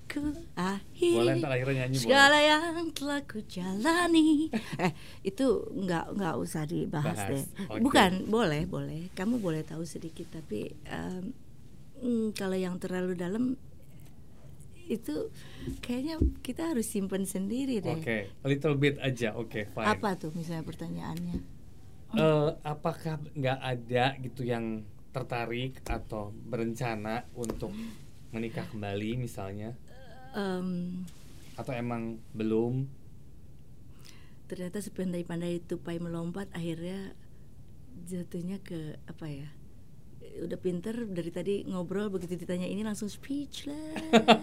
ku akhiri. Boleh ntar akhirnya nyanyi segala yang telah ku jalani. Itu nggak usah dibahas deh. Okay. Bukan, boleh. Kamu boleh tahu sedikit, tapi kalau yang terlalu dalam itu kayaknya kita harus simpen sendiri deh. Oke, a little bit aja. Oke, fine. Apa tuh misalnya pertanyaannya? Apakah nggak ada gitu yang tertarik atau berencana untuk menikah kembali misalnya? Atau emang belum? Ternyata sepandai-pandai tupai melompat akhirnya jatuhnya ke apa ya? Udah pinter dari tadi ngobrol, begitu ditanya ini langsung speechless.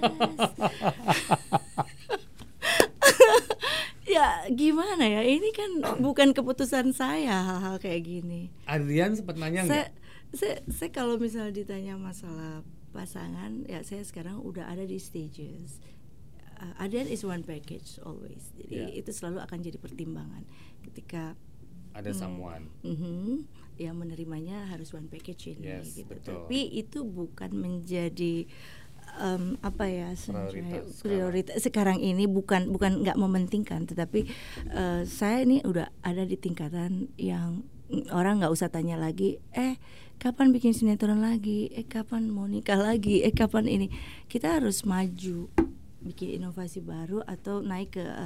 Ya gimana ya, ini kan bukan keputusan saya hal-hal kayak gini. Adrian sempat nanya nggak? Saya kalau misalnya ditanya masalah pasangan, ya saya sekarang udah ada di stages. Adrian is one package always, jadi itu selalu akan jadi pertimbangan ketika ada someone. Yang menerimanya harus one package ini, yes, gitu. Betul. Tapi itu bukan menjadi apa ya, prioritas sekarang ini, bukan nggak mementingkan, tetapi saya ini udah ada di tingkatan yang orang nggak usah tanya lagi, kapan bikin sinetron lagi, kapan mau nikah lagi, kapan ini. Kita harus maju, bikin inovasi baru atau naik ke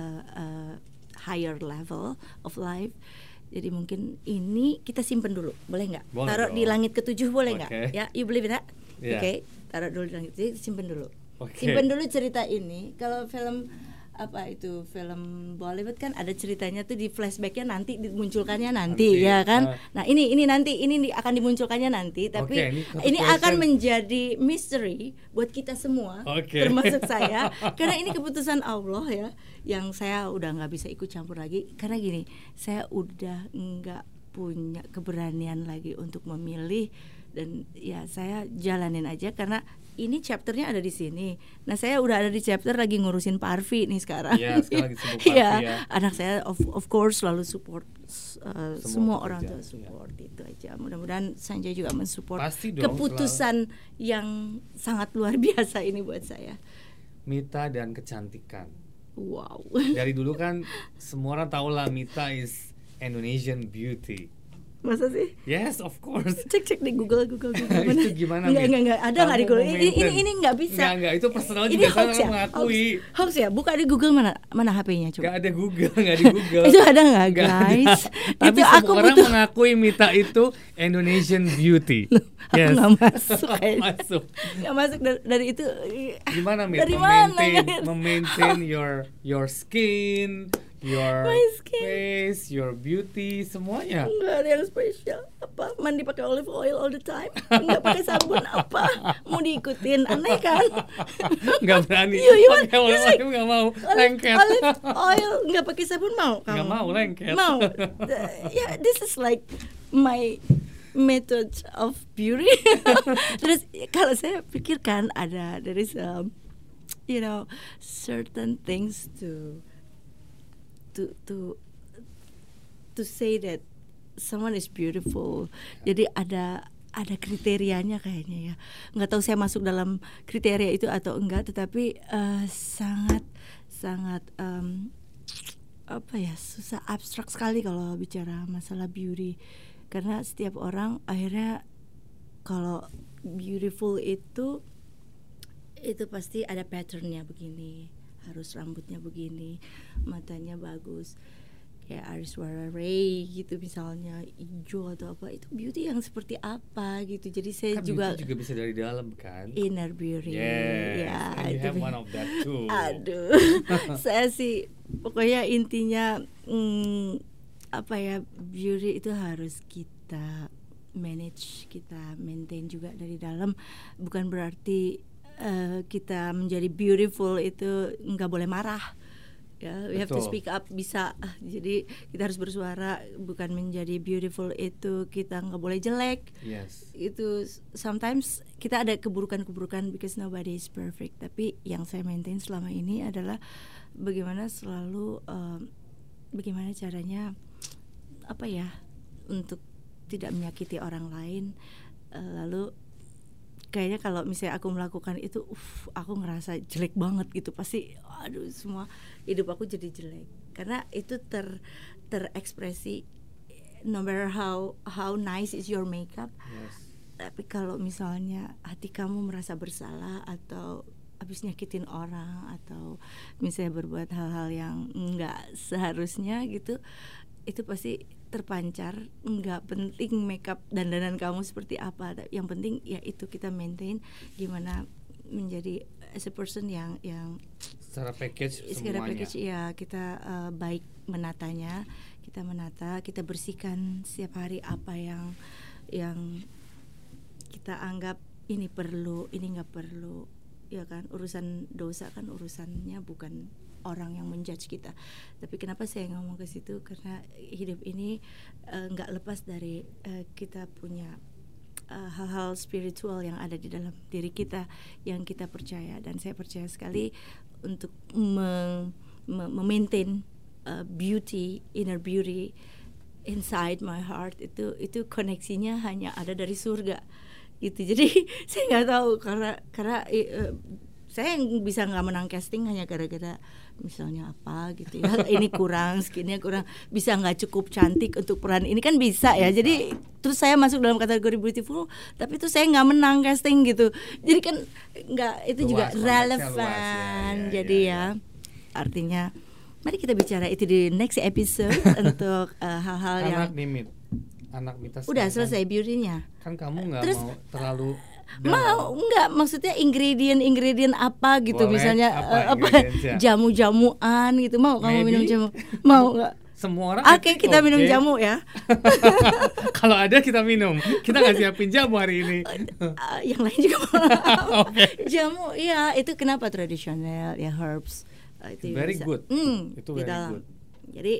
higher level of life. Jadi mungkin ini kita simpen dulu, boleh nggak? Taruh di langit ketujuh, boleh nggak? Ya, you believe that? Yeah. Oke, taruh dulu di langit ketujuh, simpen dulu. Okay. Simpen dulu cerita ini. Kalau film apa itu, film Bollywood kan ada ceritanya tuh, di flashbacknya nanti dimunculkannya nanti ya kan. Nah ini nanti ini akan dimunculkannya nanti, tapi ini akan menjadi misteri buat kita semua, termasuk saya, karena ini keputusan Allah ya, yang saya udah nggak bisa ikut campur lagi. Karena gini, saya udah nggak punya keberanian lagi untuk memilih, dan ya saya jalanin aja karena ini chapternya ada di sini. Nah saya udah ada di chapter lagi ngurusin Parvi nih sekarang. Iya, sekarang lagi sibuk Parvi ya. Anak saya of course selalu support, semua orang tua support itu aja. Mudah-mudahan Sanjay juga mensupport keputusan yang sangat luar biasa ini buat saya. Mita dan kecantikan. Wow. Dari dulu kan semua orang tahu lah Mita is Indonesian beauty. Masa sih? Yes, of course. Cek di Google. Mana? Itu gimana? Enggak ada nggak di Google. Ini nggak bisa. Enggak, itu personal juga saya ya? Mengakui. Hoax ya? Buka di Google, mana HP-nya coba. Enggak ada Google, enggak di Google. Itu ada enggak, guys? Tapi itu semua orang mengakui Mita itu Indonesian beauty. Yes. Aku nggak masuk. Nggak masuk dari itu. Gimana Mita? Memaintain your skin, your face, your beauty, semuanya. Enggak ada yang spesial. Apa? Mandi pakai olive oil all the time? Enggak pakai sabun apa? Mau diikutin, aneh kan? Enggak berani. Pakai olive oil enggak mau. Lengket. Olive oil enggak pakai sabun mau kamu? Enggak mau, lengket. Mau. Ya, this is like my method of beauty. Terus kalau saya pikirkan there is certain things to say that someone is beautiful. Jadi ada kriterianya kayaknya ya. Nggak tahu saya masuk dalam kriteria itu atau enggak, tetapi sangat susah, abstrak sekali kalau bicara masalah beauty. Karena setiap orang akhirnya kalau beautiful itu pasti ada patternnya begini. Harus rambutnya begini, matanya bagus, kayak Aishwarya Rai gitu misalnya, hijau atau apa, itu beauty yang seperti apa gitu. Jadi saya kan juga bisa dari dalam kan, inner beauty. Yes, ya, and you have one of that too. Aduh, saya sih pokoknya intinya beauty itu harus kita manage, kita maintain juga dari dalam. Bukan berarti kita menjadi beautiful itu nggak boleh marah ya, we have to speak up, bisa. Jadi kita harus bersuara. Bukan menjadi beautiful itu kita nggak boleh jelek. Yes. Itu sometimes kita ada keburukan because nobody is perfect. Tapi yang saya maintain selama ini adalah bagaimana selalu bagaimana caranya untuk tidak menyakiti orang lain, lalu kayaknya kalau misalnya aku melakukan itu, aku ngerasa jelek banget gitu, pasti aduh semua hidup aku jadi jelek karena itu terekspresi no matter how nice is your makeup. Yes. Tapi kalau misalnya hati kamu merasa bersalah atau habis nyakitin orang atau misalnya berbuat hal-hal yang nggak seharusnya gitu, itu pasti terpancar. Nggak penting makeup dandanan kamu seperti apa, yang penting ya itu kita maintain gimana menjadi as a person yang secara package semuanya. Ya kita baik menatanya, kita bersihkan setiap hari apa yang kita anggap ini perlu, ini nggak perlu, ya kan. Urusan dosa kan urusannya bukan orang yang menjudge kita. Tapi kenapa saya ngomong ke situ, karena hidup ini nggak lepas dari kita punya hal-hal spiritual yang ada di dalam diri kita yang kita percaya, dan saya percaya sekali untuk memaintain beauty, inner beauty inside my heart, itu koneksinya hanya ada dari surga gitu. Jadi saya nggak tahu karena saya bisa nggak menang casting hanya gara-gara misalnya apa gitu ya, ini kurang, skinnya kurang, bisa nggak cukup cantik untuk peran ini, kan bisa ya. Jadi terus saya masuk dalam kategori beautiful, tapi itu saya nggak menang casting gitu. Jadi kan nggak, itu luas, juga relevan luas, jadi ya artinya mari kita bicara itu di next episode untuk hal-hal yang anak Mita udah selesai beauty-nya. Kan kamu nggak mau terlalu enggak, maksudnya ingredient apa gitu. Boleh, misalnya apa jamu-jamuan gitu, mau kamu minum jamu, mau nggak? Semua orang Oke, kita minum jamu ya. Kalau ada kita minum, kita nggak siapin jamu hari ini. Yang lain juga mau. Jamu ya, itu kenapa tradisional ya, herbs itu very bisa. Good itu very dalam. Good. Jadi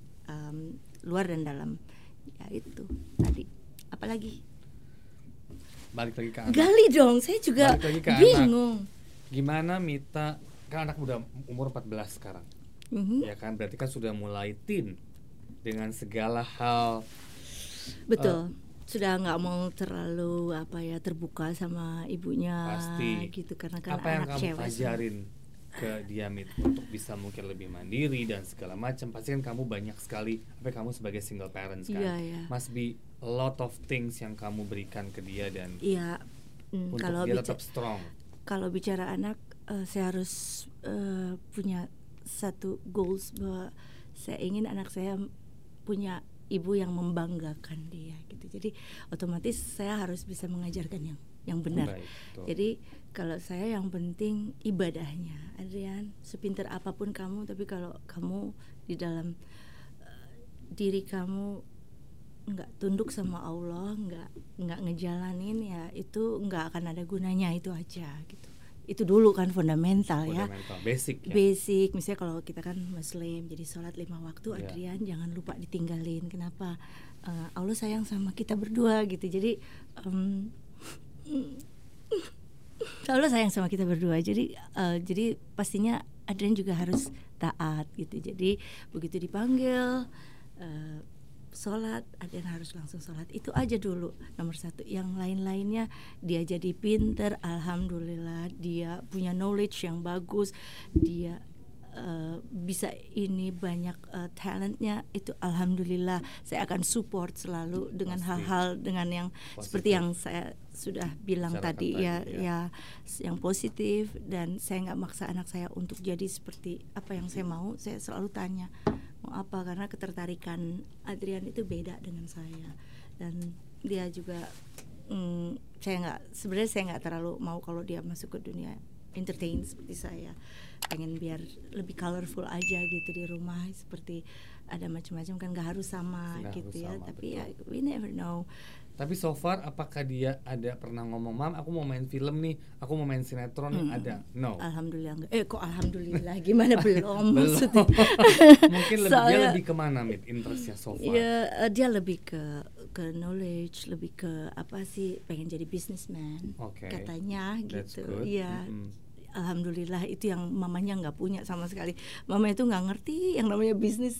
luar dan dalam ya, itu tadi. Apalagi balik lagi ke anak. Gali dong, saya juga bingung. Anak. Gimana Mita, kan anak udah umur 14 sekarang. Ya kan, berarti kan sudah mulai teen dengan segala hal. Betul. Sudah nggak mau terlalu terbuka sama ibunya. Pasti. Gitu, karena kan apa yang anak kamu cewek pelajarin ke dia untuk bisa mungkin lebih mandiri dan segala macam. Pasti kan kamu banyak sekali, kamu sebagai single parents kan, must be a lot of things yang kamu berikan ke dia dan untuk kalau dia tetap strong. Kalau bicara anak, saya harus punya satu goals bahwa saya ingin anak saya punya ibu yang membanggakan dia gitu. Jadi otomatis saya harus bisa mengajarkan yang benar. Jadi kalau saya yang penting ibadahnya, Adrian, sepintar apapun kamu, tapi kalau kamu di dalam diri kamu nggak tunduk sama Allah, nggak ngejalanin, ya itu nggak akan ada gunanya, itu aja gitu. Itu dulu kan fundamental ya, basic. Misalnya kalau kita kan Muslim, jadi sholat 5 waktu, Adrian jangan lupa ditinggalin. Kenapa? Allah sayang sama kita berdua gitu. Jadi Allah sayang sama kita berdua, jadi pastinya Adrian juga harus taat gitu. Jadi begitu dipanggil sholat, Adrian harus langsung sholat. Itu aja dulu nomor satu. Yang lain-lainnya dia jadi pinter, alhamdulillah. Dia punya knowledge yang bagus, dia bisa ini banyak talentnya, itu alhamdulillah. Saya akan support selalu dengan hal-hal dengan yang positif, seperti yang saya sudah bilang tadi ya, yang positif. Dan saya nggak maksa anak saya untuk jadi seperti apa yang saya mau. Saya selalu tanya mau apa, karena ketertarikan Adrian itu beda dengan saya, dan dia juga sebenarnya saya nggak terlalu mau kalau dia masuk ke dunia entertain seperti saya. Pengen biar lebih colorful aja gitu di rumah, seperti ada macam-macam kan, nggak harus sama gitu ya. Tapi ya we never know. Tapi so far apakah dia ada pernah ngomong, Mam aku mau main film nih, aku mau main sinetron nih, ada? No. Alhamdulillah enggak. Kok alhamdulillah gimana belum maksudnya. Mungkin dia lebih kemana interestnya so far? Ya dia lebih ke knowledge, lebih ke apa sih, pengen jadi businessman katanya gitu. Iya. Alhamdulillah itu yang mamanya nggak punya sama sekali. Mama itu nggak ngerti yang namanya bisnis.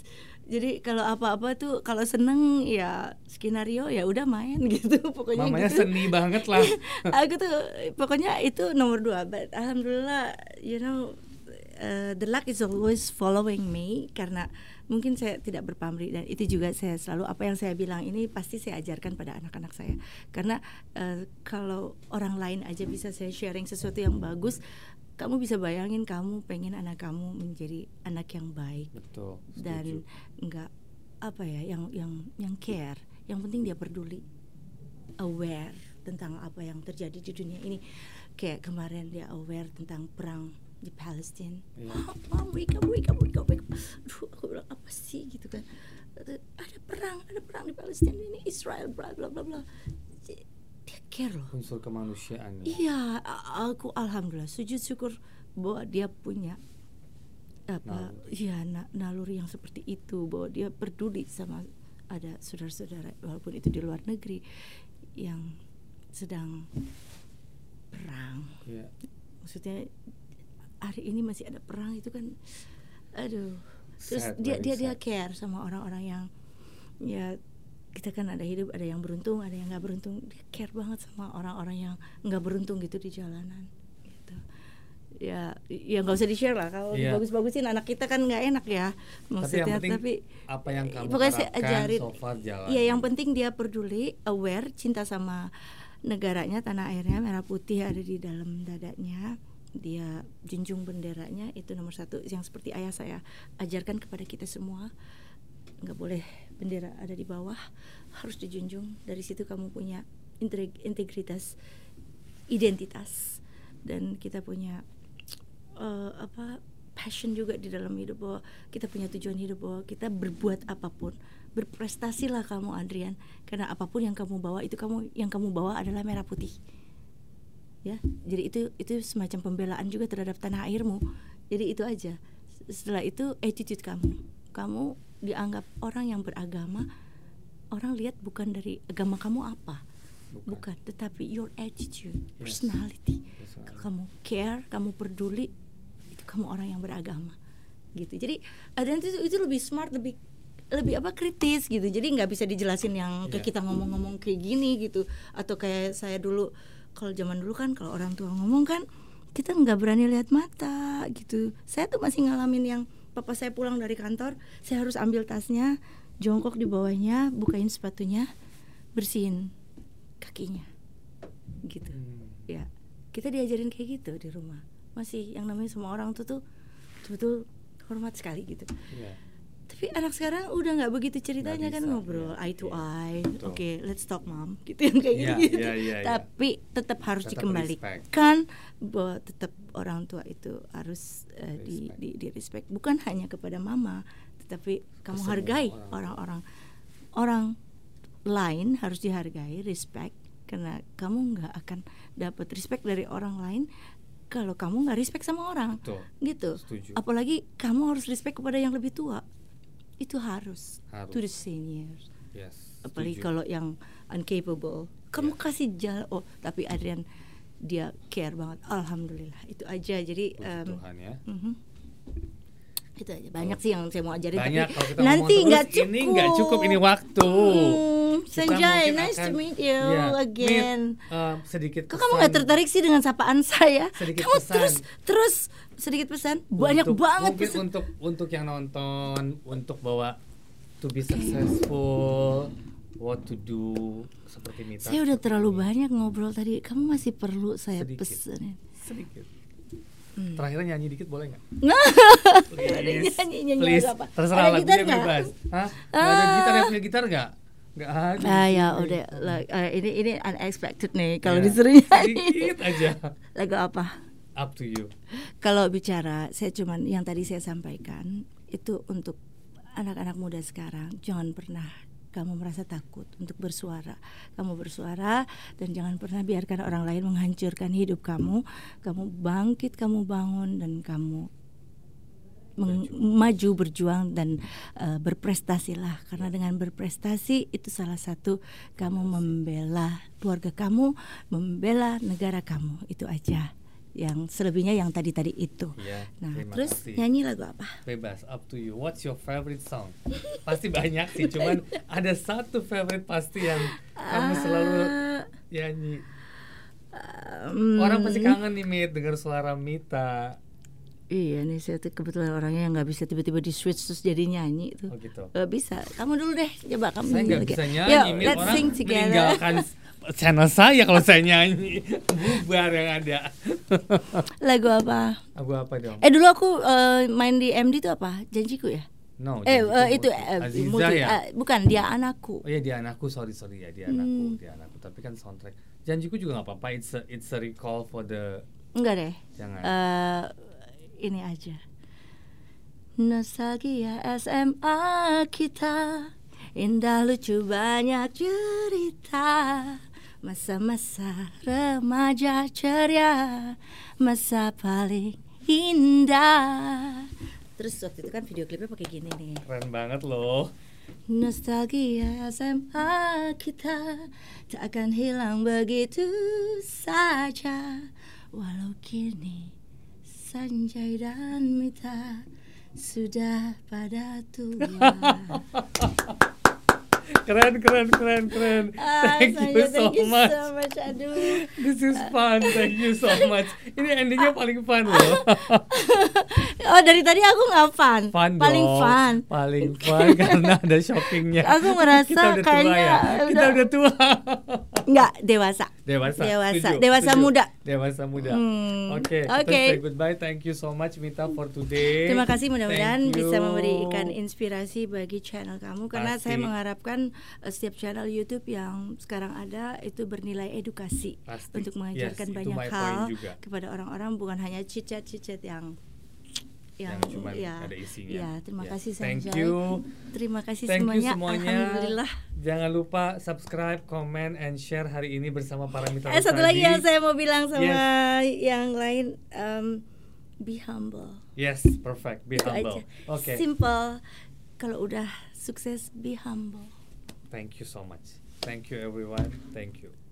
Jadi kalau apa-apa tuh kalau seneng ya skenario ya udah main gitu pokoknya. Mamanya gitu. seni banget lah. Aku tuh pokoknya itu nomor 2. But alhamdulillah, the luck is always following me karena mungkin saya tidak berpamrih, dan itu juga saya selalu apa yang saya bilang ini pasti saya ajarkan pada anak-anak saya. Karena kalau orang lain aja bisa saya sharing sesuatu yang bagus, kamu bisa bayangin kamu pengen anak kamu menjadi anak yang baik. Betul. Setuju. Dan enggak apa ya yang care, yang penting dia peduli, aware tentang apa yang terjadi di dunia ini. Kayak kemarin dia aware tentang perang di Palestina. Mom, wake up. Aduh, aku bilang apa sih gitu kan. Ada perang di Palestina ini, Israel bla bla bla bla. Dia care loh. Unsur kemanusiaan. Iya, aku alhamdulillah sujud syukur bahwa dia punya apa naluri yang seperti itu, bahwa dia peduli sama ada saudara-saudara walaupun itu di luar negeri yang sedang perang. Maksudnya hari ini masih ada perang, itu kan aduh. Terus dia care sama orang-orang yang ya, kita kan ada hidup, ada yang beruntung, ada yang nggak beruntung. Dia care banget sama orang-orang yang nggak beruntung gitu di jalanan gitu. Ya nggak usah di share lah kalau dibagus-bagusin anak kita kan nggak enak ya maksudnya. Tapi apa yang kamu pokoknya saya ajarin so far jalan. Iya, yang penting dia peduli, aware, cinta sama negaranya, tanah airnya, merah putih ada di dalam dadanya. Dia junjung benderanya, itu nomor 1. Yang seperti ayah saya ajarkan kepada kita semua, nggak boleh bendera ada di bawah, harus dijunjung. Dari situ kamu punya integritas, identitas, dan kita punya passion juga di dalam hidup, bahwa kita punya tujuan hidup, bahwa kita berbuat apapun, berprestasilah kamu Adrian, karena apapun yang kamu bawa itu yang kamu bawa adalah merah putih. Ya, jadi itu semacam pembelaan juga terhadap tanah airmu. Jadi itu aja. Setelah itu attitude kamu dianggap orang yang beragama, orang lihat bukan dari agama kamu apa, bukan, tetapi your attitude, personality. Kamu care, kamu peduli, itu kamu orang yang beragama, gitu. Jadi Adrian itu lebih smart, lebih kritis gitu. Jadi nggak bisa dijelasin yang kayak kita ngomong-ngomong kayak gini gitu, atau kayak saya dulu. Kalau zaman dulu kan kalau orang tua ngomong kan kita nggak berani lihat mata gitu. Saya tuh masih ngalamin yang papa saya pulang dari kantor, saya harus ambil tasnya, jongkok di bawahnya, bukain sepatunya, bersihin kakinya gitu. Ya, kita diajarin kayak gitu di rumah. Masih yang namanya semua orang tuh betul hormat sekali gitu. Tapi anak sekarang udah nggak begitu ceritanya, kan ngobrol eye to eye. Oke, let's talk mom, gitu yang kayak gitu. Tapi tetap harus dikembalikan bahwa tetap orang tua itu harus di respect, bukan hanya kepada mama, tetapi kamu hargai orang lain, harus dihargai, respect, karena kamu nggak akan dapat respect dari orang lain kalau kamu nggak respect sama orang. Gitu. Setuju. Apalagi kamu harus respect kepada yang lebih tua. Itu harus to the seniors. Apalagi kalau yang uncapable, kamu kasih jalan. Oh, tapi Adrian dia care banget. Alhamdulillah, itu aja. Jadi Tuhan ya. Itu aja. Banyak sih yang saya mau ajarin. Banyak, tapi kalau kita nanti nggak cukup. Ini nggak cukup, ini waktu. Sanjay, nice to meet you again. Sedikit Kok kamu nggak tertarik sih dengan sapaan saya? Sedikit kamu pesan. terus sedikit pesan. Banyak banget mungkin pesan. Untuk yang nonton, untuk bawa to be successful, what to do, seperti Mita. Saya udah terlalu banyak ngobrol tadi. Kamu masih perlu saya pesenin? Sedikit. Terakhirnya nyanyi dikit boleh nggak? Nyanyi apa? Terserah, ada gitar nggak? Hah? Ada gitar, yang punya gitar nggak? Nggak ada. Ya udah. Ini unexpected nih kalau disuruh nyanyi. Sedikit aja. Lagu apa? Up to you. Kalau bicara, saya cuman yang tadi saya sampaikan itu untuk anak-anak muda sekarang. Jangan pernah kamu merasa takut untuk bersuara. Kamu bersuara dan jangan pernah biarkan orang lain menghancurkan hidup kamu. Kamu bangkit, kamu bangun, dan kamu maju, berjuang, dan berprestasilah. Karena dengan berprestasi itu salah satu kamu membela keluarga kamu, membela negara kamu. Itu aja. yang selebihnya yang tadi itu. Iya, Nah, terima terus kasih. nyanyi lagu apa? Bebas, up to you. What's your favorite song? Pasti banyak sih, cuman ada satu favorite pasti yang kamu selalu nyanyi. Orang pasti kangen nih Mit dengar suara Mita. Iya nih, saya tuh kebetulan orangnya yang nggak bisa tiba-tiba di switch terus jadi nyanyi tuh. Oh gitu. Bisa. Kamu dulu deh, coba kamu Saya nyanyi nggak lagi. bisa nyanyi, Yo, Mit. let's Orang sing together. meninggalkan channel saya kalau saya nyanyi. Bubar yang ada. Lagu apa? Lagu apa dong? Dulu aku main di MD itu apa? Janjiku ya? No. Itu Aziza multi, ya? bukan Dia Anakku. Oh iya, Dia Anakku, sorry ya, Dia Anakku. Tapi kan soundtrack. Janjiku juga nggak apa-apa. It's a recall for the. Enggak deh. Jangan. Ini aja. Nostalgia SMA kita, indah lucu banyak cerita, masa-masa remaja ceria, masa paling indah. Terus waktu itu kan video klipnya pakai gini nih. Keren banget loh. Nostalgia SMA kita tak akan hilang begitu saja, walau kini Sanjay dan Mita sudah pada tua. Keren. Thank you so much. Aduh. This is fun. Thank you so much. Ini endingnya paling fun loh. Oh, dari tadi aku nggak fun. Paling dong. fun. Paling fun karena ada shoppingnya. Aku merasa kita udah tua kayaknya ya. Kita udah tua. Enggak, dewasa. Dewasa muda. Dewasa muda. Oke. Kita say goodbye. Thank you so much Mita for today. Terima kasih, mudah-mudahan bisa memberikan inspirasi bagi channel kamu, karena saya mengharapkan setiap channel YouTube yang sekarang ada itu bernilai edukasi. Untuk mengajarkan banyak hal kepada orang-orang, bukan hanya chit-chat yang cuma ada isinya. Ya, terima kasih Sanjay. Thank you. Terima kasih semuanya. Alhamdulillah. Jangan lupa subscribe, comment, and share hari ini bersama Paramita. Satu lagi yang saya mau bilang sama yang lain, be humble. Yes, perfect. Be humble. Okay. Simple. Kalau udah sukses, be humble. Thank you so much. Thank you everyone. Thank you.